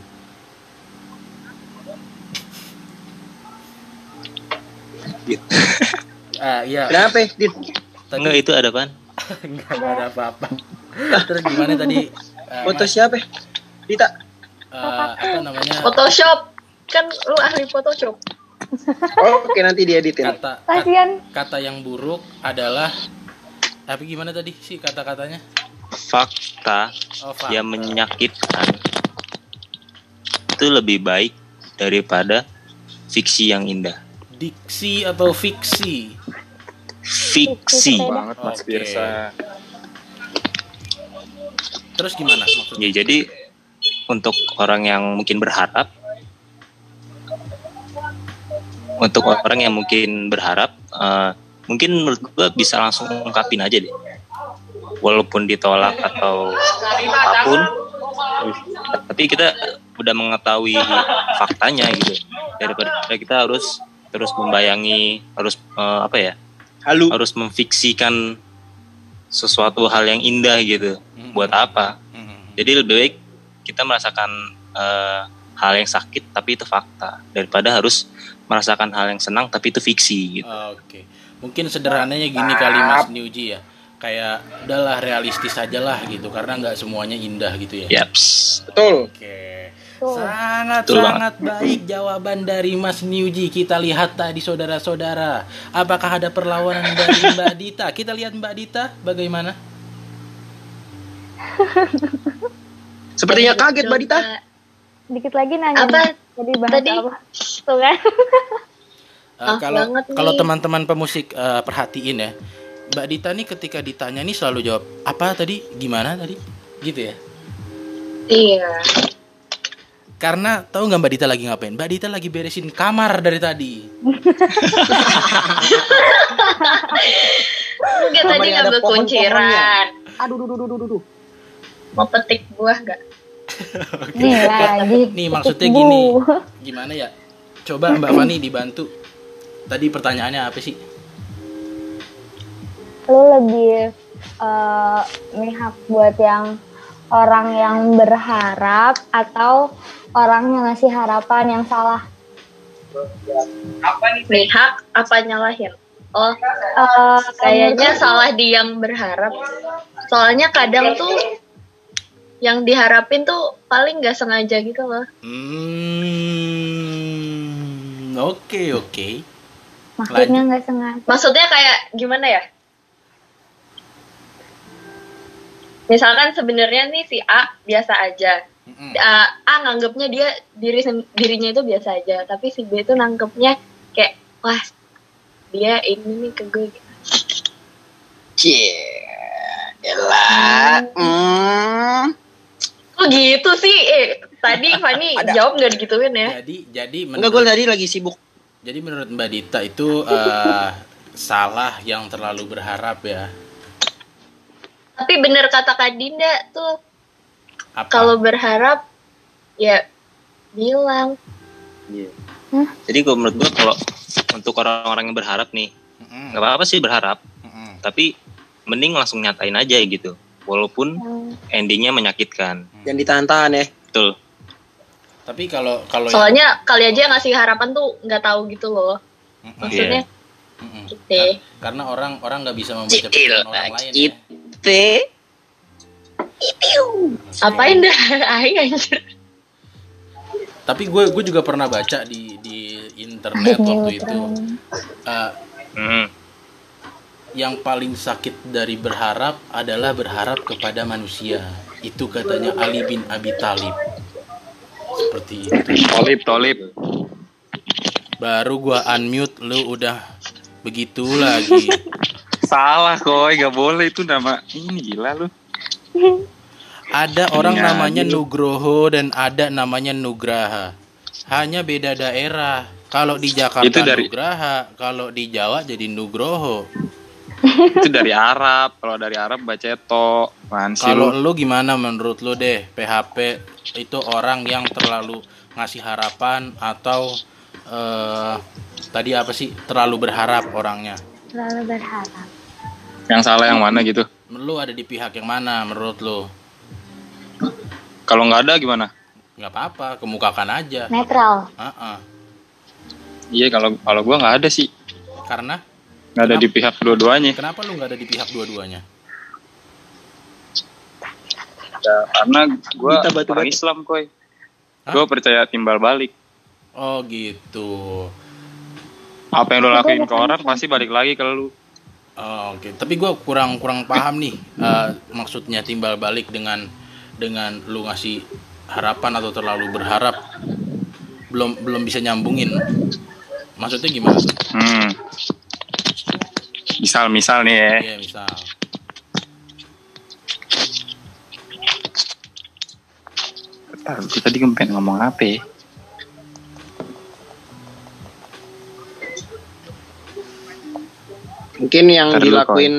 Speaker 1: Iya.
Speaker 4: Kenapa, Dit?
Speaker 5: Enggak, itu ada apaan?
Speaker 1: Enggak ada apa-apa. Terus gimana tadi?
Speaker 4: Foto
Speaker 1: Mas,
Speaker 4: siapa? Dita.
Speaker 1: apa namanya?
Speaker 6: Photoshop kan lu ahli Photoshop.
Speaker 4: Oke, nanti dieditin.
Speaker 3: Kasian.
Speaker 1: Kata yang buruk adalah tapi gimana tadi sih kata-katanya?
Speaker 5: Fakta
Speaker 1: Fakta.
Speaker 5: yang menyakitkan itu lebih baik daripada fiksi yang indah.
Speaker 1: Diksi atau fiksi?
Speaker 5: Fiksi.
Speaker 2: Banget Mas
Speaker 1: Oke.
Speaker 2: Pirsa.
Speaker 1: Terus gimana maksudnya?
Speaker 5: Ya, jadi untuk orang yang mungkin berharap, mungkin menurut gue bisa langsung ungkapin aja deh, walaupun ditolak atau apapun, Tapi kita udah mengetahui faktanya gitu. Daripada kita harus terus membayangi, harus harus memfiksikan sesuatu hal yang indah gitu. Buat apa? Jadi lebih baik kita merasakan hal yang sakit tapi itu fakta, daripada harus merasakan hal yang senang tapi itu fiksi gitu.
Speaker 1: Oke. Mungkin sederhananya gini kali Mas Niuji ya. Kayak udahlah realistis aja lah gitu, karena nggak semuanya indah gitu ya.
Speaker 5: Yaps.
Speaker 4: Betul.
Speaker 1: Oke.
Speaker 3: Tuh.
Speaker 1: Sangat baik jawaban dari Mas Niuji. Kita lihat tadi saudara-saudara, apakah ada perlawanan dari Mbak Dita? Kita lihat Mbak Dita bagaimana?
Speaker 4: Sepertinya kaget Mbak Dita.
Speaker 3: Dikit lagi nanya.
Speaker 6: Apa?
Speaker 3: Jadi bahas
Speaker 6: Tadi?
Speaker 3: apa? Tuh kan.
Speaker 6: Banget
Speaker 1: Kalau
Speaker 6: nih.
Speaker 1: teman-teman pemusik perhatiin ya, Mbak Dita nih ketika ditanya nih selalu jawab apa tadi, gimana tadi, gitu ya.
Speaker 6: Iya.
Speaker 1: Karena tahu nggak Mbak Dita lagi ngapain? Mbak Dita lagi beresin kamar dari tadi.
Speaker 6: Enggak, tadi
Speaker 4: Kamarnya ada
Speaker 6: ngambil
Speaker 4: pohon-pohonnya.
Speaker 6: kunciran.
Speaker 4: Aduh.
Speaker 6: Mau petik buah gak?
Speaker 3: Nih lagi.
Speaker 1: Nih maksudnya
Speaker 3: Bu.
Speaker 1: gini, gimana ya? Coba Mbak Fani dibantu. Tadi pertanyaannya apa sih?
Speaker 3: Lu lebih mihak buat yang orang yang berharap atau orang yang ngasih harapan yang salah?
Speaker 6: Mihak apa nyalahin? Oh, kayaknya salah di yang berharap. Soalnya kadang tuh yang diharapin tuh paling nggak sengaja gitu loh.
Speaker 1: Oke.
Speaker 3: Maksudnya nggak sengaja.
Speaker 6: Maksudnya kayak gimana ya? Misalkan sebenarnya nih si A biasa aja. A nganggapnya dia dirinya itu biasa aja, tapi si B itu nangkepnya kayak wah dia ini nih ke gue.
Speaker 4: Elah.
Speaker 6: Kok gitu sih? Tadi Fani jawab nggak digituin ya?
Speaker 1: Jadi
Speaker 4: Enggak, gue tadi lagi sibuk.
Speaker 1: Jadi menurut Mbak Dita itu salah yang terlalu berharap ya.
Speaker 6: Tapi bener kata Kak Dinda tuh,
Speaker 1: Apa?
Speaker 6: kalau berharap ya bilang.
Speaker 5: Jadi kalau menurut gue, kalau untuk orang-orang yang berharap nih, nggak apa-apa sih berharap, tapi mending langsung nyatain aja gitu, walaupun endingnya menyakitkan.
Speaker 4: Yang ditahan-tahan ya.
Speaker 5: Betul.
Speaker 1: Tapi kalau
Speaker 6: Soalnya kali aja ngasih harapan tuh nggak tahu gitu loh. Maksudnya gitu.
Speaker 1: karena orang nggak bisa membaca pikiran orang lain ya.
Speaker 6: Apain dah? Ay, anjir.
Speaker 1: Tapi gue juga pernah baca di internet waktu itu, yang paling sakit dari berharap adalah berharap kepada manusia. Itu katanya Ali bin Abi Thalib. Seperti itu.
Speaker 2: Tolib.
Speaker 1: Baru gue unmute, lu udah begitu lagi.
Speaker 2: Salah Koy, gak boleh itu nama ini, gila lu.
Speaker 1: Ada orang
Speaker 2: Iya,
Speaker 1: namanya
Speaker 2: gitu.
Speaker 1: Nugroho dan ada namanya Nugraha. Hanya beda daerah. Kalau di Jakarta
Speaker 2: Itu dari-
Speaker 1: Nugraha, kalau di Jawa jadi Nugroho.
Speaker 2: Itu dari Arab. Kalau dari Arab baca to. Apaan sih
Speaker 1: Kalau
Speaker 2: lu?
Speaker 1: lu gimana menurut lu deh, PHP itu orang yang terlalu ngasih harapan atau tadi apa sih, terlalu berharap orangnya?
Speaker 3: Terlalu berharap.
Speaker 2: Yang salah yang mana gitu?
Speaker 1: Lu ada di pihak yang mana menurut lu?
Speaker 2: Kalau nggak ada gimana?
Speaker 1: Nggak apa-apa, kemukakan aja.
Speaker 3: Netral.
Speaker 2: Iya, kalau gua nggak ada sih.
Speaker 1: Karena
Speaker 2: Nggak ada di pihak dua-duanya.
Speaker 1: kenapa lu nggak ada di pihak dua-duanya?
Speaker 2: Ya, karena gua
Speaker 4: Kita batu-batu.
Speaker 2: orang Islam Koy.
Speaker 1: Hah?
Speaker 2: Gua percaya timbal balik.
Speaker 1: Oh gitu.
Speaker 2: Apa yang lo lakuin ke orang pasti balik lagi ke lu.
Speaker 1: Oh, oke. Tapi gue kurang paham nih, maksudnya timbal balik dengan lu ngasih harapan atau terlalu berharap. Belum bisa nyambungin. Maksudnya gimana tuh?
Speaker 2: Misal nih ya.
Speaker 1: Iya, misal.
Speaker 2: Tadi gue pengen ngomong apa ya?
Speaker 4: Mungkin yang
Speaker 2: Ntar dulu,
Speaker 4: dilakuin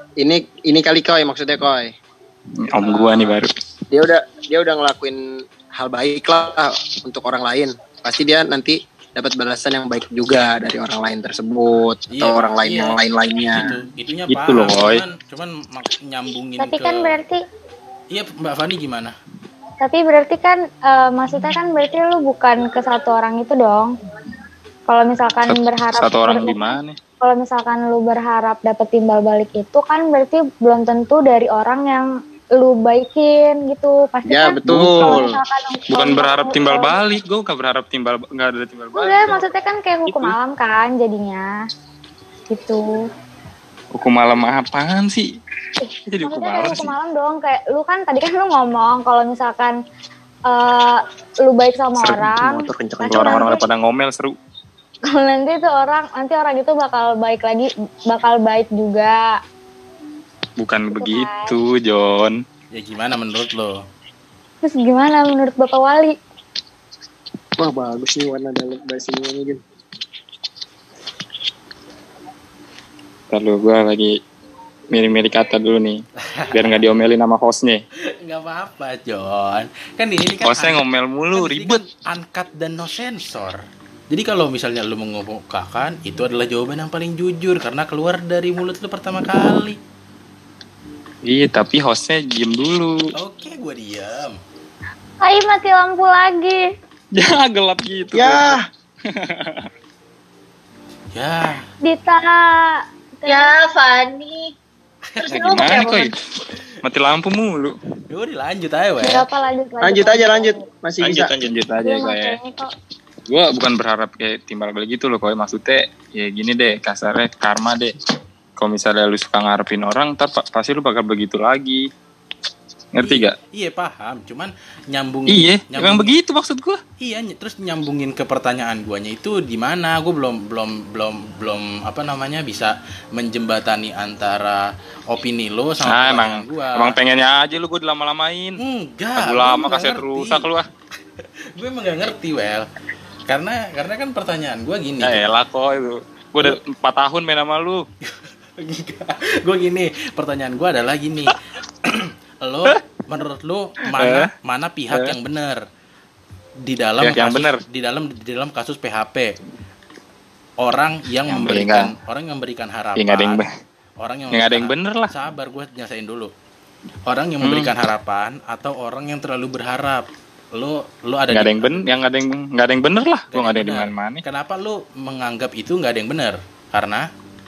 Speaker 4: ini kali Koy, maksudnya Koy.
Speaker 2: Om gua nih baru.
Speaker 4: Dia udah ngelakuin hal baik lah untuk orang lain, pasti dia nanti dapat balasan yang baik juga dari orang lain tersebut atau orang lain yang lain-lainnya.
Speaker 1: Itunya
Speaker 5: Gitu
Speaker 1: paham,
Speaker 5: loh, Boy.
Speaker 1: cuman nyambungin
Speaker 3: Tapi
Speaker 1: ke.
Speaker 3: kan berarti,
Speaker 1: Iya, Mbak Fani gimana?
Speaker 3: tapi berarti kan maksudnya kan berarti lu bukan ke satu orang itu dong. Kalau misalkan berharap
Speaker 2: Satu orang gimana?
Speaker 3: kalau misalkan lu berharap dapet timbal balik itu kan berarti belum tentu dari orang yang lu baikin gitu. Pasti
Speaker 4: Ya,
Speaker 3: kan
Speaker 4: betul.
Speaker 3: kalau misalkan
Speaker 2: Bukan berharap timbal balik, gue bukan berharap nggak ada timbal balik.
Speaker 3: Enggak, maksudnya kan kayak hukum
Speaker 2: Gitu.
Speaker 3: alam kan jadinya. Gitu.
Speaker 2: Hukum malam apaan sih? Jadi hukum
Speaker 3: Maksudnya
Speaker 2: malam
Speaker 3: kayak
Speaker 2: sih.
Speaker 3: hukum alam dong, kayak lu kan tadi kan lu ngomong kalau misalkan lu baik sama orang,
Speaker 4: Motor kenceng.
Speaker 3: pasti
Speaker 2: Kalau orang-orang
Speaker 3: nanti-
Speaker 2: pada ngomel seru.
Speaker 3: kalau nanti orang itu bakal baik lagi, bakal baik juga.
Speaker 2: Bukan begitu, John.
Speaker 1: Ya gimana menurut lo?
Speaker 3: Terus gimana menurut Bapak Wali?
Speaker 4: Wah, bagus nih warna dalam bahasa ini.
Speaker 2: Lalu gue lagi milih-milih kata dulu nih, biar nggak diomelin sama hostnya.
Speaker 1: Nggak apa-apa, John. Kan ini kan
Speaker 2: Hostnya ngomel mulu,
Speaker 1: kan ini
Speaker 2: ribet.
Speaker 1: kan uncut dan no sensor. Jadi kalau misalnya lu mengemukakan, itu adalah jawaban yang paling jujur karena keluar dari mulut lu pertama kali.
Speaker 2: Iya, tapi hostnya diem dulu.
Speaker 1: Oke, gua diam.
Speaker 3: Ayo mati lampu lagi.
Speaker 2: Ya gelap gitu.
Speaker 4: Ya,
Speaker 1: Ya,
Speaker 3: Dita.
Speaker 6: Ya, Fani. Terus
Speaker 2: Nah,
Speaker 6: lu
Speaker 2: gimana
Speaker 6: kayak
Speaker 2: koi? Mati lampu mulu.
Speaker 1: yaudah dilanjut aja, weh.
Speaker 3: Berapa lanjut
Speaker 4: lanjut aja lanjut. Masih
Speaker 5: Lanjut,
Speaker 4: bisa.
Speaker 5: lanjut.
Speaker 2: Lanjut aja
Speaker 3: Iya,
Speaker 2: koi.
Speaker 3: makanya kok.
Speaker 2: Gue bukan berharap kayak timbal balik gitu loh koi. Maksudnya ya gini deh, kasarnya karma deh. Kalau misalnya lu suka ngarepin orang, ntar pasti lu bakal begitu lagi. Ngerti gak?
Speaker 1: Iya, paham. Cuman nyambungin.
Speaker 2: Iya, emang begitu maksud gue.
Speaker 1: Iya, terus nyambungin ke pertanyaan guanya itu di mana? Gue belum apa namanya bisa menjembatani antara opini lo sama
Speaker 2: Nah,
Speaker 1: pertanyaan gua.
Speaker 2: emang pengennya aja lu gue dilama-lamain.
Speaker 1: Enggak.
Speaker 2: Lagu lama kaset rusak lu ah.
Speaker 1: Gue emang gak ngerti, Well. Karena kan pertanyaan gue gini.
Speaker 2: Ya elah kok itu. Gue udah 4 tahun main sama lu.
Speaker 1: Gue gini, pertanyaan gue adalah gini. Lo menurut lo mana pihak yang benar di dalam
Speaker 2: Pihak yang
Speaker 1: kasus,
Speaker 2: benar.
Speaker 1: di dalam kasus PHP? Orang yang
Speaker 2: Yang
Speaker 1: memberikan harapan.
Speaker 2: Ya nggak ada yang
Speaker 1: orang yang
Speaker 2: ya nggak ada yang bener lah.
Speaker 1: Sabar, gue nyasain dulu. Orang yang memberikan harapan atau orang yang terlalu berharap. Lo ada
Speaker 2: Nggak ada
Speaker 1: di-
Speaker 2: yang bener, yang nggak ada yang bener lah. Gue nggak ada yang di
Speaker 1: benar.
Speaker 2: mana-mana.
Speaker 1: Kenapa lo menganggap itu nggak ada yang benar? Karena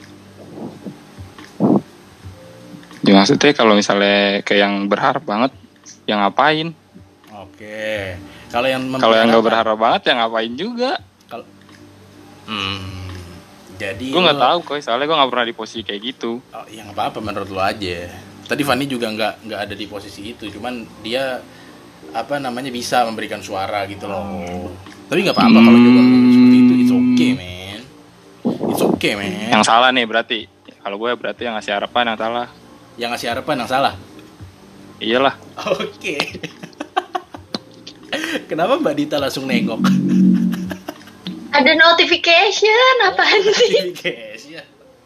Speaker 2: Ya maksudnya kalau misalnya kayak yang berharap banget, yang ngapain?
Speaker 1: oke. Kalau yang
Speaker 2: Kalau yang nggak berharap banget, ya ngapain juga?
Speaker 1: Kalau jadi
Speaker 2: Gue nggak
Speaker 1: lo-
Speaker 2: tahu kok, soalnya gue nggak pernah di posisi kayak gitu.
Speaker 1: Oh, ya nggak apa-apa menurut lo aja. Tadi Fanny juga nggak ada di posisi itu, cuman dia apa namanya bisa memberikan suara gitu loh. Tapi nggak apa-apa kalau jawaban lo seperti itu, it's okay man, it's okay man.
Speaker 2: Yang salah nih berarti. Kalau gue berarti yang ngasih harapan yang salah.
Speaker 1: Yang ngasih harapan yang salah.
Speaker 2: Iyalah.
Speaker 1: Oke. Kenapa Mbak Dita langsung nengok?
Speaker 6: ada notification apaan sih?
Speaker 1: Notification.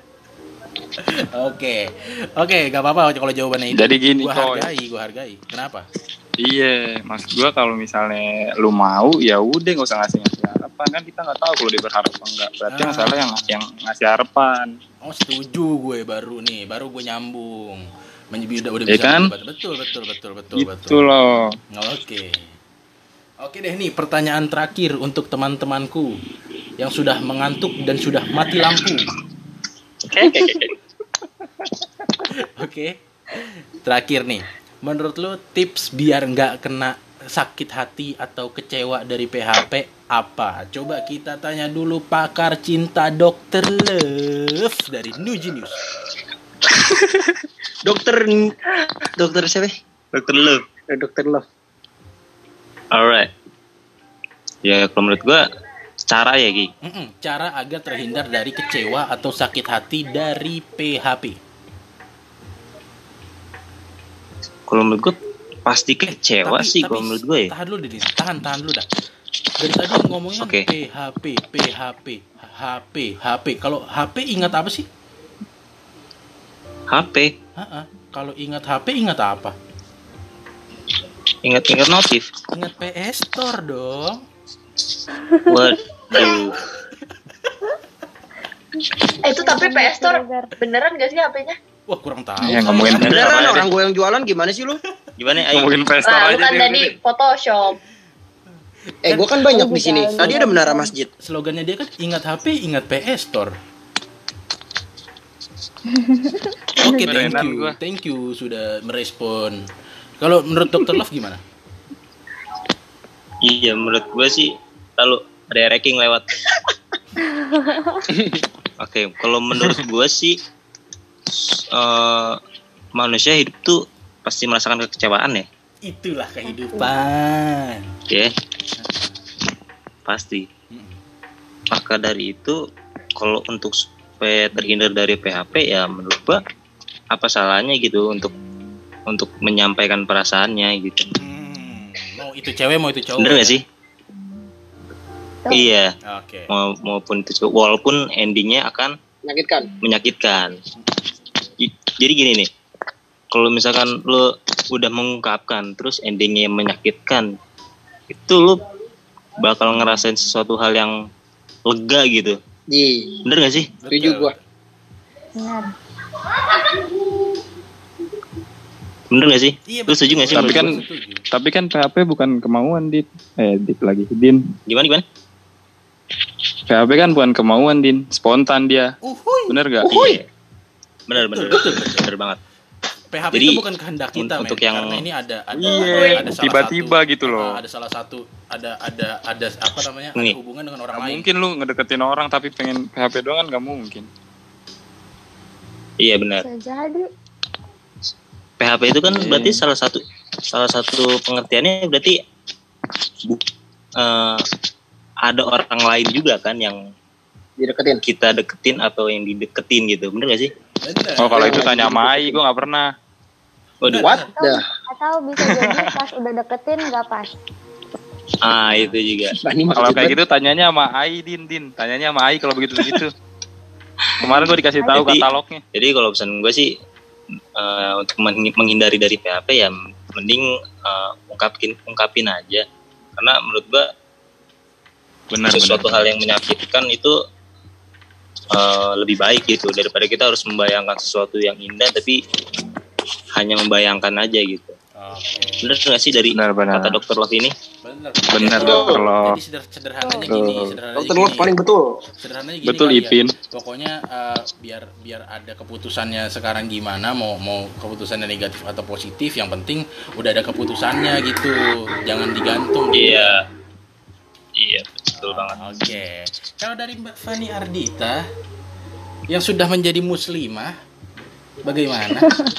Speaker 1: Oke, gak apa-apa kalau jawabannya itu.
Speaker 2: Jadi gini,
Speaker 1: gue
Speaker 2: Coy.
Speaker 1: hargai. Kenapa?
Speaker 2: Iya, maksud gue kalau misalnya lu mau, ya udah nggak usah ngasih harapan kan kita nggak tahu kalau dia berharap apa enggak. Berarti yang salah yang ngasih harapan.
Speaker 1: Oh setuju gue baru gue nyambung. Udah
Speaker 2: Ya
Speaker 1: bisa
Speaker 2: kan?
Speaker 1: berdebat. Betul.
Speaker 2: Gitu loh.
Speaker 1: Oke deh nih pertanyaan terakhir untuk teman-temanku yang sudah mengantuk dan sudah mati lampu. Oke. Terakhir nih. Menurut lo tips biar nggak kena sakit hati atau kecewa dari PHP apa? Coba kita tanya dulu pakar cinta Dr. Love dari New Genius.
Speaker 4: Dokter siapa?
Speaker 5: Dokter lu.
Speaker 4: Dokter Love.
Speaker 5: Alright. Ya kalau menurut gua cara ya Gi.
Speaker 1: Cara agar terhindar dari kecewa atau sakit hati dari PHP.
Speaker 5: Kalau menurut gua pasti kecewa sih kalau menurut gua ya.
Speaker 1: Tahan dulu dah. Dari tadi ngomongnya
Speaker 5: Oke.
Speaker 1: PHP. Kalau HP ingat apa sih?
Speaker 5: HP.
Speaker 1: Kalau ingat HP ingat apa?
Speaker 5: Ingat notif.
Speaker 1: Ingat PS Store dong.
Speaker 5: Waduh.
Speaker 6: Itu tapi PS Store beneran gak sih HP-nya?
Speaker 1: Wah, kurang tahu.
Speaker 2: Ya ngomongin
Speaker 4: Beneran orang gue yang jualan gimana sih lu?
Speaker 5: Gimana? Ayo.
Speaker 2: ngomongin PS Store
Speaker 6: Nah,
Speaker 2: aja
Speaker 6: bukan
Speaker 2: deh.
Speaker 6: tadi Photoshop.
Speaker 4: Gue kan banyak di sini. Tadi ada menara masjid.
Speaker 1: Slogannya dia kan ingat HP, ingat PS Store. Oke,
Speaker 2: Berenan gua.
Speaker 1: thank you sudah merespon. Kalau menurut Dr. Love gimana?
Speaker 5: Iya, menurut gue sih lalu ada ranking lewat. Oke, kalau menurut gue sih manusia hidup tuh pasti merasakan kekecewaan ya.
Speaker 1: Itulah kehidupan.
Speaker 5: Oke. Pasti. Maka dari itu kalau untuk supaya terhindar dari PHP ya menurut gua apa salahnya gitu untuk menyampaikan perasaannya gitu.
Speaker 1: Mau itu cewek mau itu cowok.
Speaker 5: Bener gak sih? Iya.
Speaker 1: Oke.
Speaker 5: Maupun itu cowok, walaupun endingnya akan menyakitkan. Jadi gini nih, kalau misalkan lo udah mengungkapkan terus endingnya menyakitkan, itu lo bakal ngerasain sesuatu hal yang lega gitu.
Speaker 4: Iya.
Speaker 5: Bener gak sih?
Speaker 4: Setuju gua.
Speaker 3: Benar.
Speaker 5: Bener gak sih?
Speaker 1: Iya,
Speaker 5: Lu setuju gak sih?
Speaker 2: Tapi kan
Speaker 1: Setuju.
Speaker 2: tapi kan PHP bukan kemauan Dit. Dit lagi Din.
Speaker 5: Gimana?
Speaker 2: PHP kan bukan kemauan Din, spontan dia. Bener gak?
Speaker 5: Iya. Bener banget.
Speaker 1: PHP
Speaker 5: Jadi,
Speaker 1: itu bukan kehendak kita,
Speaker 5: untuk
Speaker 1: men.
Speaker 5: yang-
Speaker 1: Karena ini ada
Speaker 2: Iya,
Speaker 1: salah
Speaker 2: tiba-tiba
Speaker 1: satu,
Speaker 2: gitu loh.
Speaker 1: Ada salah satu ada apa namanya?
Speaker 5: Nih.
Speaker 1: Ada hubungan dengan orang
Speaker 2: Gak
Speaker 1: lain.
Speaker 2: mungkin lu ngedeketin orang tapi pengen PHP doang kan gak mungkin.
Speaker 5: Iya benar.
Speaker 3: Bisa jadi.
Speaker 5: PHP itu kan berarti salah satu pengertiannya berarti ada orang lain juga kan yang
Speaker 4: Dideketin.
Speaker 5: kita deketin atau yang dideketin gitu. Bener gak sih?
Speaker 1: Bener.
Speaker 2: Oh kalau itu tanya sama Ai, gue gak pernah.
Speaker 5: Waduh.
Speaker 4: What the?
Speaker 3: Atau bisa jadi pas udah deketin nggak pas.
Speaker 5: Itu juga.
Speaker 4: Bani
Speaker 2: Kalau
Speaker 4: maksud
Speaker 2: kayak
Speaker 4: banget.
Speaker 2: gitu tanyanya sama Ai Din. Tanyanya sama Ai kalau begitu. Kemarin gue dikasih tahu
Speaker 5: Jadi-
Speaker 2: katalognya.
Speaker 5: Jadi kalau pesan gue sih untuk menghindari dari PHP ya mending ungkapin aja. Karena menurut gue
Speaker 2: Benar.
Speaker 5: sesuatu hal yang menyakitkan itu lebih baik gitu daripada kita harus membayangkan sesuatu yang indah tapi hanya membayangkan aja gitu.
Speaker 1: Oke.
Speaker 5: Bener nggak sih dari
Speaker 2: Benar.
Speaker 5: kata Dr. Love ini?
Speaker 2: Benar Dr. Love.
Speaker 1: Jadi sederhananya gini,
Speaker 4: Dokter Love paling betul.
Speaker 1: Sederhananya gini.
Speaker 2: Betul
Speaker 1: kali ya.
Speaker 2: Ipin.
Speaker 1: Pokoknya biar ada keputusannya sekarang gimana, mau keputusannya negatif atau positif, yang penting udah ada keputusannya gitu. Jangan digantung.
Speaker 5: Iya. Iya, betul banget.
Speaker 1: Oke. Kalau dari Mbak Fani Ardita yang sudah menjadi muslimah, bagaimana?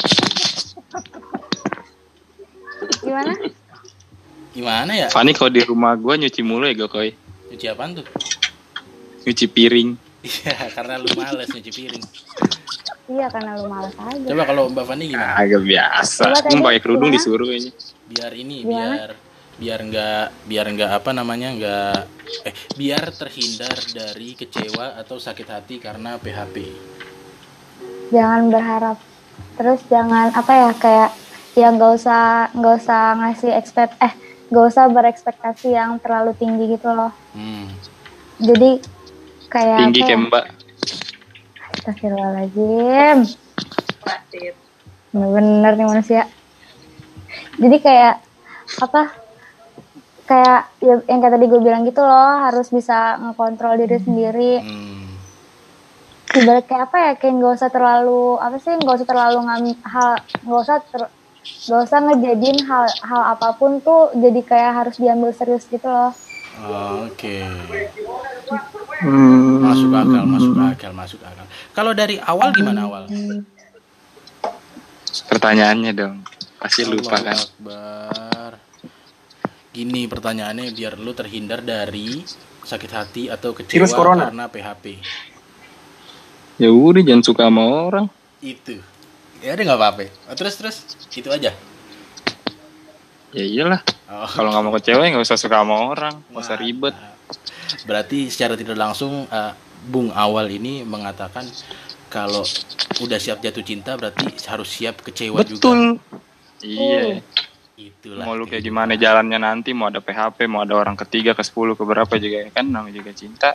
Speaker 1: Gimana ya?
Speaker 2: Fani kalau di rumah gue nyuci mulu ya Gokoy.
Speaker 1: Nyuci apaan tuh?
Speaker 2: Nyuci piring.
Speaker 1: Iya, karena lu males nyuci piring.
Speaker 3: Iya karena lu malas aja.
Speaker 1: Coba kalau Mbak Fani gimana?
Speaker 2: Agak biasa.
Speaker 3: Coba tadi
Speaker 2: Pakai kerudung
Speaker 3: gimana?
Speaker 2: disuruh kayaknya.
Speaker 1: Biar ini,
Speaker 3: Gimana?
Speaker 1: biar nggak apa namanya, biar terhindar dari kecewa atau sakit hati karena PHP.
Speaker 3: Jangan berharap. Terus jangan apa ya kayak ya nggak usah ngasih nggak usah berekspektasi yang terlalu tinggi gitu loh. Jadi kayak
Speaker 2: Tinggi
Speaker 3: apa
Speaker 2: kayak
Speaker 3: ya?
Speaker 2: Mbak.
Speaker 3: Astagfirullahaladzim.
Speaker 6: Wasit.
Speaker 3: Bener-bener nih manusia. Jadi kayak apa? Kayak ya, yang kayak tadi gue bilang gitu loh, harus bisa ngekontrol diri sendiri. Ibarat kayak apa ya? Kayak nggak usah terlalu nggak usah ngejadiin hal apapun tuh jadi kayak harus diambil serius gitu loh.
Speaker 1: Oke. Masuk akal. Kalau dari awal gimana awal?
Speaker 2: Pertanyaannya dong. Pasti lupa kan.
Speaker 1: Allahu Akbar. Gini pertanyaannya biar lu terhindar dari sakit hati atau kecewa
Speaker 4: Virus corona.
Speaker 1: karena PHP.
Speaker 2: Ya udah jangan suka sama orang.
Speaker 1: Itu. Ya udah nggak apa-apa. Terus itu aja.
Speaker 2: Ya iyalah.
Speaker 1: Oh.
Speaker 2: Kalau nggak mau ke cewek nggak usah suka sama orang. Nggak usah ribet.
Speaker 1: Berarti secara tidak langsung Bung Awal ini mengatakan kalau udah siap jatuh cinta berarti harus siap kecewa juga.
Speaker 2: Betul. Iya.
Speaker 1: Itulah.
Speaker 2: Mau lu kayak gimana jalannya nanti, mau ada PHP, mau ada orang ketiga, ke-10, ke berapa juga ya kan, namanya juga cinta.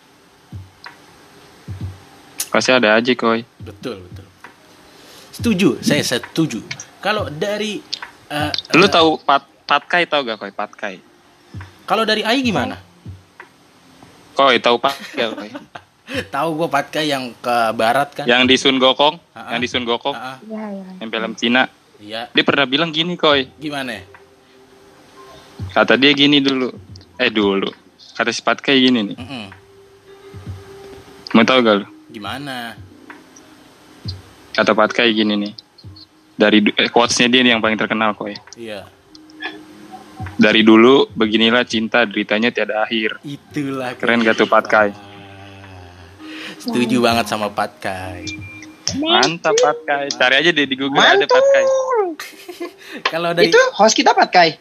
Speaker 2: Pasti ada aja koi.
Speaker 1: Betul. Setuju, saya setuju. Kalau dari
Speaker 2: Lu tahu patkai tahu gak koi patkai?
Speaker 1: kalau dari Ai gimana?
Speaker 2: Koi tahu patkai koi?
Speaker 1: Tahu gue patkai yang ke barat kan?
Speaker 2: Yang di Sun Gokong,
Speaker 1: Ah,
Speaker 2: yang di Sun Gokong,
Speaker 3: Iya.
Speaker 2: yang film Cina.
Speaker 1: Iya.
Speaker 2: Dia pernah bilang gini koi.
Speaker 1: Gimana?
Speaker 2: Kata dia gini dulu. Kata si patkai gini nih.
Speaker 1: Mm-mm.
Speaker 2: Mau tahu gak lu?
Speaker 1: Gimana?
Speaker 2: Kata patkai gini nih. Dari quotes-nya dia nih yang paling terkenal koi.
Speaker 1: Iya.
Speaker 2: Dari dulu beginilah cinta, deritanya tiada akhir.
Speaker 1: Itulah.
Speaker 2: Keren gak tuh patkai?
Speaker 1: Setuju banget sama patkai.
Speaker 2: Mantap patkai. Cari aja deh di Google ada patkai.
Speaker 1: Kalau dari
Speaker 4: Itu host kita Patkai.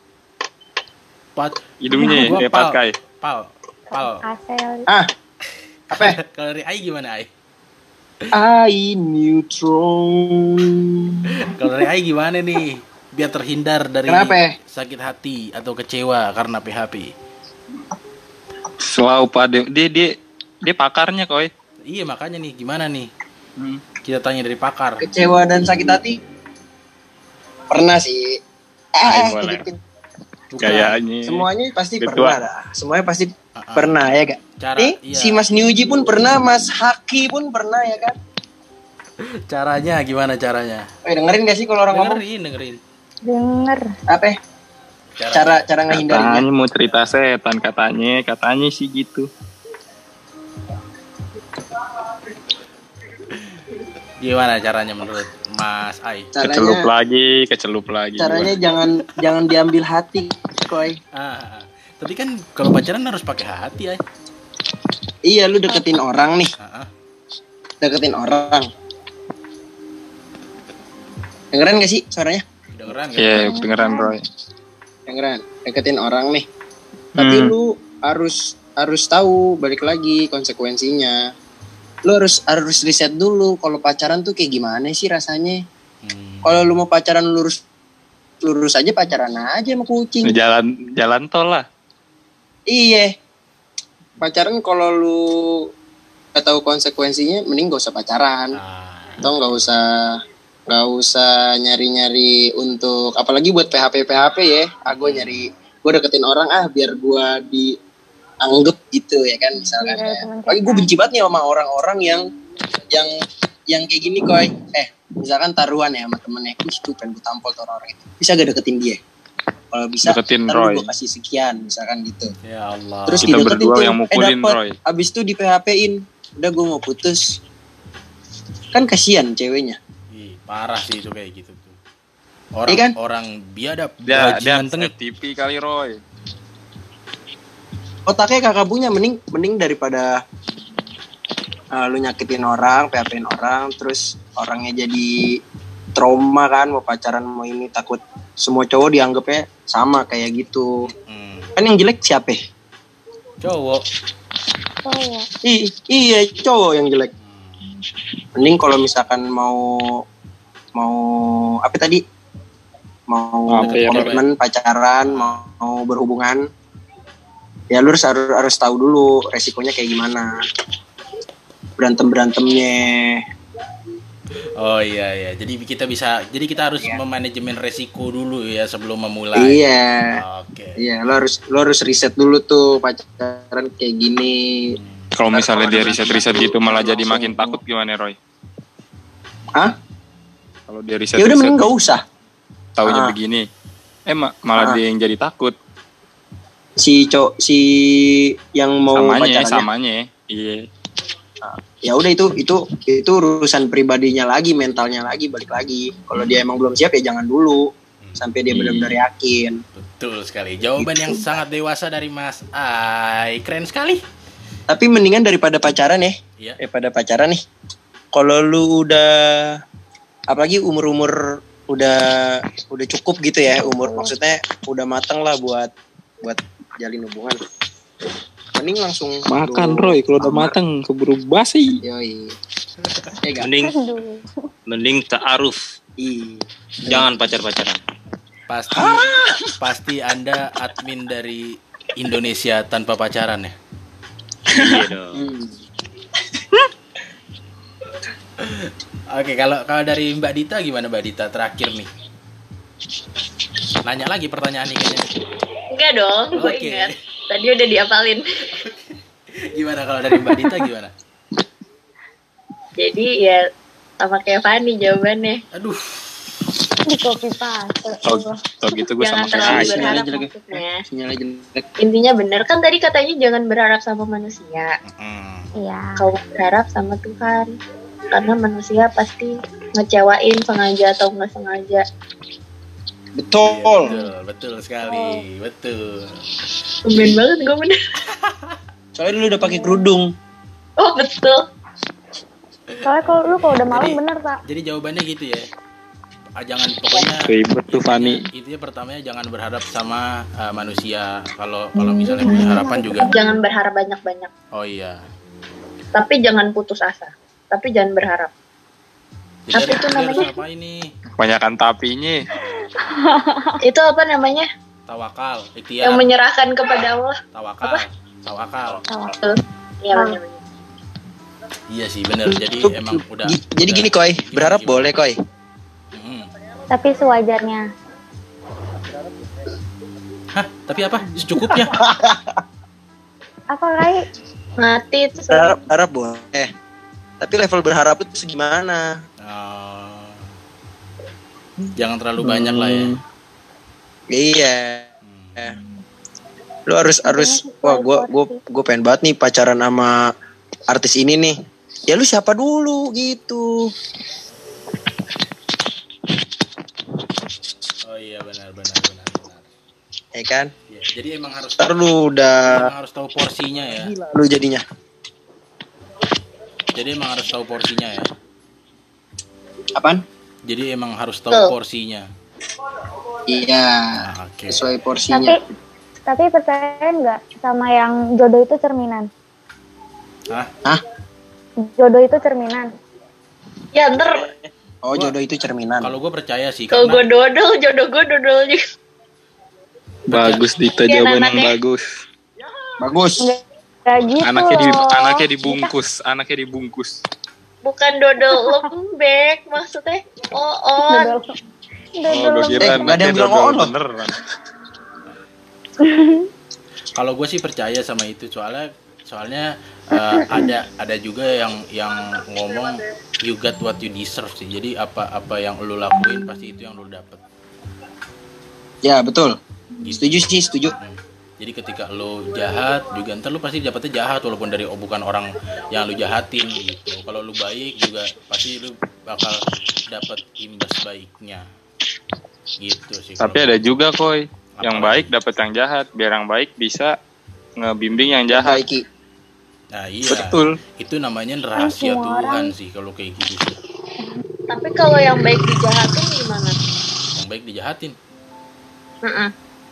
Speaker 2: Hidungnya
Speaker 1: Gua
Speaker 2: kayak patkai.
Speaker 1: Pal.
Speaker 3: Asel.
Speaker 4: Ah, apa?
Speaker 1: Kalau dari Ai gimana Ai?
Speaker 4: I neutron.
Speaker 1: Kalau dari Ai gimana nih? Biar terhindar dari
Speaker 4: Kenapa?
Speaker 1: sakit hati atau kecewa karena PHP.
Speaker 2: Selalu pada dia pakarnya koi.
Speaker 1: Iya makanya nih gimana nih? Kita tanya dari pakar.
Speaker 4: Kecewa dan sakit hati. Pernah sih.
Speaker 2: Boleh.
Speaker 4: Sedikit.
Speaker 2: Kayaknya.
Speaker 4: Semuanya pasti
Speaker 2: Ketua.
Speaker 4: pernah lah. Semuanya pasti pernah ya kan?
Speaker 1: Cara, iya.
Speaker 4: Si Mas Niuji pun pernah, Mas Haki pun pernah ya kan?
Speaker 1: Caranya gimana caranya?
Speaker 4: Dengerin gak sih kalau orang ngomong?
Speaker 1: Dengerin.
Speaker 3: Denger.
Speaker 4: Apa? Cara ngehindarinnya.
Speaker 2: Katanya mau cerita setan katanya sih gitu.
Speaker 1: Gimana caranya menurut Mas Ai?
Speaker 2: Kecelup lagi.
Speaker 4: Caranya jangan diambil hati, Koy.
Speaker 1: Tapi kan kalau pacaran harus pakai hati Ai.
Speaker 4: Iya, lu deketin orang nih. Deketin orang. Dengeran gak sih suaranya?
Speaker 1: Dengeran kan?
Speaker 2: Iya, dengeran Roy.
Speaker 4: Dengeran. Deketin orang nih. Tapi lu harus tahu balik lagi konsekuensinya. Lu harus riset dulu kalau pacaran tuh kayak gimana sih rasanya. Kalau lu mau pacaran lurus aja, pacaran aja sama kucing.
Speaker 2: Jalan tol lah.
Speaker 4: Iya. Pacaran kalau lu gak tahu konsekuensinya, mending gak usah pacaran. Atau gak usah nyari-nyari untuk, apalagi buat PHP ya. Gue deketin orang biar gue dianggap gitu ya kan misalkan. Lagi gue benci banget nih sama orang-orang yang kayak gini Koy. Misalkan taruhan ya sama temennya, tuh pengen gue tampol tuh orang itu. Bisa gak deketin dia? Kalau bisa,
Speaker 2: deketin
Speaker 4: ntar
Speaker 2: Roy.
Speaker 4: gue kasih sekian misalkan gitu.
Speaker 1: Ya Allah.
Speaker 4: Terus
Speaker 2: Kita
Speaker 4: dideketin
Speaker 2: berdua
Speaker 4: tuh,
Speaker 2: yang mukulin,
Speaker 4: dapet.
Speaker 2: Roy.
Speaker 4: Abis itu di PHP-in, udah gue mau putus. Kan kasihan ceweknya.
Speaker 1: Ih, parah sih itu kayak gitu tuh.
Speaker 4: Iya kan?
Speaker 1: Orang biadab
Speaker 2: Dia
Speaker 1: bajingan tengik.
Speaker 2: FTP kali Roy.
Speaker 4: Otaknya kakak punya, mending daripada lu nyakitin orang, PHP-in orang, terus orangnya jadi trauma kan, mau pacaran mau ini, takut semua cowok dianggapnya sama kayak gitu. Kan yang jelek siapa?
Speaker 1: Cowok.
Speaker 4: Iya cowok yang jelek. Mending kalau misalkan mau apa tadi? Mau komitmen pacaran, mau berhubungan, ya lu harus tahu dulu resikonya kayak gimana. Berantemnya.
Speaker 1: Oh iya. Jadi kita harus memanajemen resiko dulu ya sebelum memulai.
Speaker 4: Iya.
Speaker 1: Oke.
Speaker 4: Iya, lo harus riset dulu tuh pacaran kayak gini.
Speaker 2: Kalau misalnya dia riset gitu malah jadi makin takut gimana Roy?
Speaker 4: Hah?
Speaker 2: Kalau dia riset.
Speaker 4: Ya udah mending gak usah.
Speaker 2: Taunya begini. Malah dia yang jadi takut.
Speaker 4: Si yang mau pacarannya.
Speaker 2: Samanya. Iya.
Speaker 4: Ya udah itu urusan pribadinya lagi, mentalnya lagi, balik lagi. Kalau dia emang belum siap ya jangan dulu sampai dia benar-benar yakin.
Speaker 1: Betul sekali. Jawaban yang sangat dewasa dari Mas Ai. Keren sekali.
Speaker 4: Tapi mendingan daripada pacaran ya.
Speaker 1: Iya.
Speaker 4: Daripada pacaran nih. Kalau lu udah apalagi umur udah cukup gitu ya, maksudnya udah mateng lah buat jalin hubungan. Mending langsung
Speaker 2: makan Roy, kalau udah matang keburu basi.
Speaker 4: Yoi.
Speaker 5: Mending ta'aruf. Jangan pacaran.
Speaker 1: Pasti Anda admin dari Indonesia tanpa pacaran ya?
Speaker 5: Iya dong.
Speaker 1: Oke, kalau dari Mbak Dita gimana Mbak Dita terakhir nih? Nanya lagi pertanyaan ini kayaknya.
Speaker 6: Enggak dong, gue
Speaker 1: Oke.
Speaker 6: ingat. Tadi udah diapalin.
Speaker 1: Gimana kalau dari Mbak Dita gimana?
Speaker 6: Jadi ya sama kayak Fanny jawabannya.
Speaker 1: Aduh,
Speaker 3: Di copy paste.
Speaker 2: Tau gitu gue
Speaker 6: Jangan
Speaker 2: sama
Speaker 6: terlalu
Speaker 2: kayak Aisyah.
Speaker 6: berharap
Speaker 4: jelek.
Speaker 6: maksudnya.
Speaker 4: Sinyalnya jelek.
Speaker 6: Intinya bener kan tadi katanya jangan berharap sama manusia.
Speaker 3: Iya.
Speaker 6: Kau berharap sama Tuhan. Karena manusia pasti ngecewain sengaja atau nggak sengaja.
Speaker 4: Betul.
Speaker 1: betul sekali, betul.
Speaker 6: Tumben banget gue bener.
Speaker 4: Soalnya dulu udah pakai kerudung.
Speaker 6: Oh betul.
Speaker 3: Soalnya kalau udah malam
Speaker 1: Jadi-
Speaker 3: bener, Pak.
Speaker 1: Jadi jawabannya gitu ya. Jangan pokoknya
Speaker 2: Ribet tuh Fani.
Speaker 1: intinya pertamanya jangan berharap sama manusia. Kalau misalnya punya harapan juga.
Speaker 6: Jangan berharap banyak-banyak.
Speaker 1: Oh iya.
Speaker 6: Tapi jangan putus asa. Tapi jangan berharap.
Speaker 1: Jadi
Speaker 6: Tapi itu namanya-
Speaker 1: harus apa ini?
Speaker 2: Kebanyakan tapinya.
Speaker 6: Itu apa namanya?
Speaker 1: Tawakal,
Speaker 6: Yang
Speaker 1: ikhtiar,
Speaker 6: menyerahkan kepada Allah.
Speaker 1: tawakal.
Speaker 6: Tuh. Iya benar.
Speaker 1: Iya sih bener. Jadi
Speaker 4: Tuh,
Speaker 1: emang udah.
Speaker 4: Jadi gini Koy, berharap boleh Koy.
Speaker 3: Tapi sewajarnya.
Speaker 1: Hah? Tapi apa? Secukupnya.
Speaker 3: Apa Kai?
Speaker 6: Mati itu.
Speaker 4: Berharap boleh. Tapi level berharap itu segimana?
Speaker 1: Oh. Jangan terlalu banyak lah ya.
Speaker 4: Iya. Lu harus wah gua pengen banget nih pacaran sama artis ini nih. Ya lu siapa dulu gitu.
Speaker 1: Oh iya benar.
Speaker 4: Ya kan?
Speaker 1: Ya, jadi emang harus
Speaker 4: Ntar lu udah
Speaker 1: emang harus tahu porsinya ya.
Speaker 4: gila lu jadinya.
Speaker 1: Jadi emang harus tahu porsinya ya.
Speaker 4: Apaan?
Speaker 1: Jadi emang harus tahu
Speaker 6: Tuh.
Speaker 1: porsinya.
Speaker 4: Iya.
Speaker 1: Nah, oke.
Speaker 4: Sesuai porsinya.
Speaker 3: Tapi percaya nggak sama yang jodoh itu cerminan?
Speaker 1: Hah?
Speaker 3: Jodoh itu cerminan.
Speaker 6: Ya ntar
Speaker 4: Oh, jodoh itu cerminan.
Speaker 1: Kalau gue percaya sih
Speaker 6: kalau gue
Speaker 1: karena
Speaker 6: dodol, jodoh gue dodol juga.
Speaker 2: Bagus Dita,
Speaker 6: Iya,
Speaker 2: jawaban yang
Speaker 6: anaknya.
Speaker 2: bagus.
Speaker 4: Bagus.
Speaker 3: Nggak gitu loh.
Speaker 2: Anaknya dibungkus.
Speaker 6: Bukan dodol lembek, maksudnya on.
Speaker 3: Jodoh.
Speaker 2: Oh, gue kira
Speaker 4: nggak ada yang
Speaker 2: anaknya
Speaker 4: bilang
Speaker 2: dodol
Speaker 4: on loh.
Speaker 2: beneran.
Speaker 1: kalau gue sih percaya sama itu soalnya ada juga yang ngomong you got what you deserve sih. Jadi apa yang lu lakuin pasti itu yang lu dapet.
Speaker 4: Ya, betul.
Speaker 1: Gitu.
Speaker 4: Setuju sih, setuju.
Speaker 1: Jadi ketika lu jahat juga ntar lu pasti dapetnya jahat walaupun dari bukan orang yang lu jahatin gitu. Kalau lu baik juga pasti lu bakal dapet imbas baiknya. Gitu sih.
Speaker 2: Tapi ada juga Koy, yang baik dapat yang jahat, biar yang baik bisa ngebimbing yang jahat.
Speaker 4: Baiki.
Speaker 1: Nah iya.
Speaker 2: Betul.
Speaker 1: Itu namanya rahasia
Speaker 3: Semua
Speaker 1: Tuhan
Speaker 3: orang-
Speaker 1: sih kalau kayak gitu sih.
Speaker 6: Tapi kalau yang baik dijahatin gimana?
Speaker 1: Yang baik dijahatin.
Speaker 6: Heeh.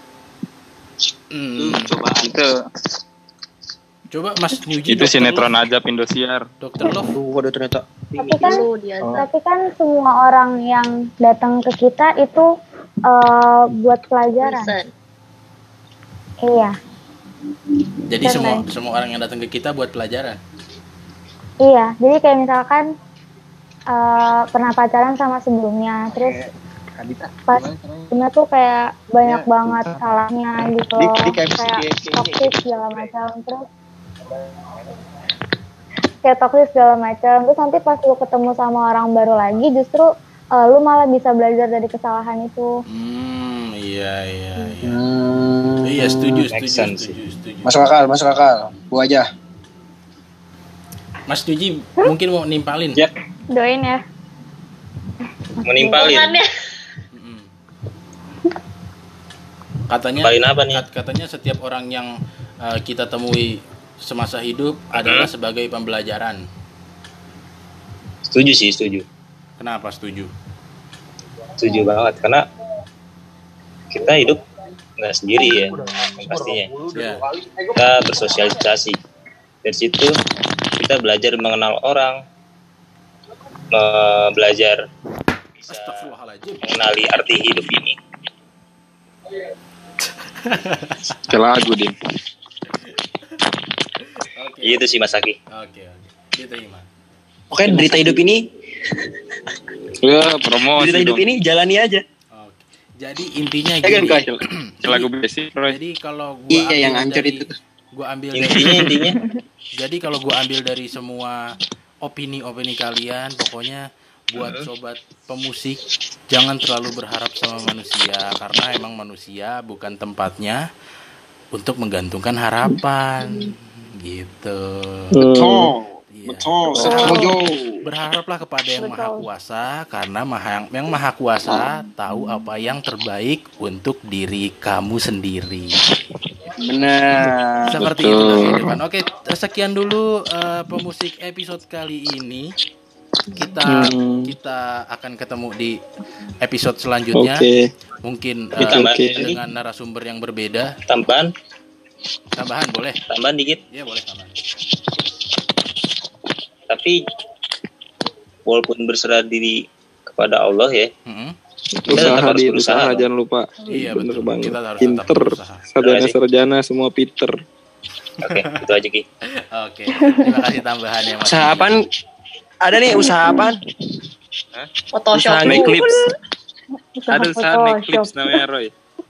Speaker 1: Coba Mas Nyuji.
Speaker 2: Itu
Speaker 1: Dr.
Speaker 2: sinetron
Speaker 1: Love.
Speaker 2: Ajab Indosiar.
Speaker 1: Dokter Love.
Speaker 4: Waduh ternyata.
Speaker 3: Tapi kan semua orang yang datang ke kita itu buat pelajaran.
Speaker 6: Listen.
Speaker 3: Iya.
Speaker 1: Jadi semua orang yang datang ke kita buat pelajaran.
Speaker 3: Iya, jadi kayak misalkan pernah pacaran sama sebelumnya, terus pas sebelumnya tuh kayak banyak banget salahnya gitu loh, kayak toxic segala macam, terus kayak toxic segala macam, terus nanti pas lu ketemu sama orang baru lagi, justru lu malah bisa belajar dari kesalahan itu.
Speaker 1: Iya. Iya, setuju.
Speaker 4: Masuk akal. Gua aja.
Speaker 1: Mas Nyuji mungkin mau nimpalin.
Speaker 5: Yap.
Speaker 3: Doain ya.
Speaker 5: Menimpalin.
Speaker 6: Hubungannya.
Speaker 1: Katanya
Speaker 5: Nimpalin apa nih?
Speaker 1: Katanya setiap orang yang kita temui semasa hidup adalah sebagai pembelajaran.
Speaker 5: Setuju sih, setuju.
Speaker 1: Kenapa setuju?
Speaker 5: Setuju banget karena kita hidup nggak sendiri ya, yang pastinya.
Speaker 1: Ya.
Speaker 5: Kita bersosialisasi. Dari situ kita belajar mengenal orang, belajar bisa
Speaker 1: Astagfirullahaladzim.
Speaker 5: mengenali arti hidup ini.
Speaker 2: Ke lagu, Din.
Speaker 1: Oke.
Speaker 5: Itu sih Mas Aki.
Speaker 1: Oke. Gitu Iman.
Speaker 7: Oke, derita hidup ini,
Speaker 2: Ya, promosi
Speaker 7: derita hidup
Speaker 2: dong.
Speaker 7: ini jalani aja.
Speaker 1: Oke. Jadi intinya
Speaker 7: Ya kan,
Speaker 1: gini.
Speaker 7: Koy?
Speaker 2: Ke lagu basic, Roy.
Speaker 1: Jadi kalau gua
Speaker 4: Iya,
Speaker 1: ambil
Speaker 4: yang hancur
Speaker 1: dari-
Speaker 4: itu.
Speaker 1: Gua ambil dari
Speaker 5: Intinya
Speaker 1: Jadi kalau gue ambil dari semua opini-opini kalian, pokoknya buat sobat pemusik jangan terlalu berharap sama manusia karena emang manusia bukan tempatnya untuk menggantungkan harapan gitu.
Speaker 4: Betul.
Speaker 1: Iya.
Speaker 4: Betul.
Speaker 1: Berharap-
Speaker 4: Setuju.
Speaker 1: Berharaplah kepada yang
Speaker 3: Betul.
Speaker 1: maha kuasa karena yang maha kuasa tahu apa yang terbaik untuk diri kamu sendiri.
Speaker 4: Benar.
Speaker 1: Seperti
Speaker 2: Betul.
Speaker 1: itulah kehidupan. Oke, sekian dulu pemusik episode kali ini. Kita akan ketemu di episode selanjutnya.
Speaker 7: Oke.
Speaker 1: Mungkin
Speaker 5: Ditambah
Speaker 1: dengan narasumber yang berbeda.
Speaker 5: tambahan
Speaker 1: Boleh?
Speaker 5: dikit.
Speaker 1: Iya, boleh tambahan.
Speaker 5: Tapi walaupun berserah diri kepada Allah ya,
Speaker 1: Mm-mm.
Speaker 5: kita tetap harus berusaha.
Speaker 8: usaha
Speaker 5: Bang.
Speaker 8: jangan lupa.
Speaker 1: Iya,
Speaker 8: Bener
Speaker 1: betul.
Speaker 8: banget.
Speaker 1: Kita harus tetap
Speaker 8: Pinter,
Speaker 1: berusaha.
Speaker 8: sarjana-sarjana semua pinter.
Speaker 5: Oke, itu aja Ki.
Speaker 1: Oke, terima kasih tambahannya Mas.
Speaker 7: Usaha apaan? Ada nih usaha apaan?
Speaker 6: Photoshop
Speaker 7: Usaha
Speaker 2: Make
Speaker 6: dulu.
Speaker 2: clips.
Speaker 3: Usaha
Speaker 2: Ada usaha make clips
Speaker 3: Photoshop.
Speaker 2: namanya, Roy.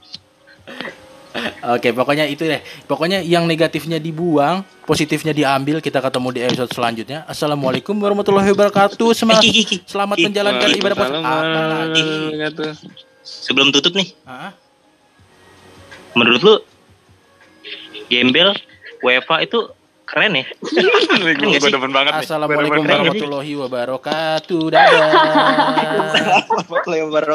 Speaker 1: Oke, pokoknya itu deh. Pokoknya yang negatifnya dibuang, positifnya diambil. Kita ketemu di episode selanjutnya. Assalamualaikum warahmatullahi wabarakatuh.
Speaker 5: Ki.
Speaker 1: Selamat
Speaker 5: Ki.
Speaker 1: menjalankan ibadah puasa. Apa lagi?
Speaker 5: Sebelum tutup nih,
Speaker 1: Hah?
Speaker 5: menurut lu gembel UEFA itu keren ya?
Speaker 2: Gue demen banget nih.
Speaker 1: Assalamualaikum
Speaker 2: Gua demen banget.
Speaker 1: warahmatullahi wabarakatuh. Dadah.
Speaker 7: Lebar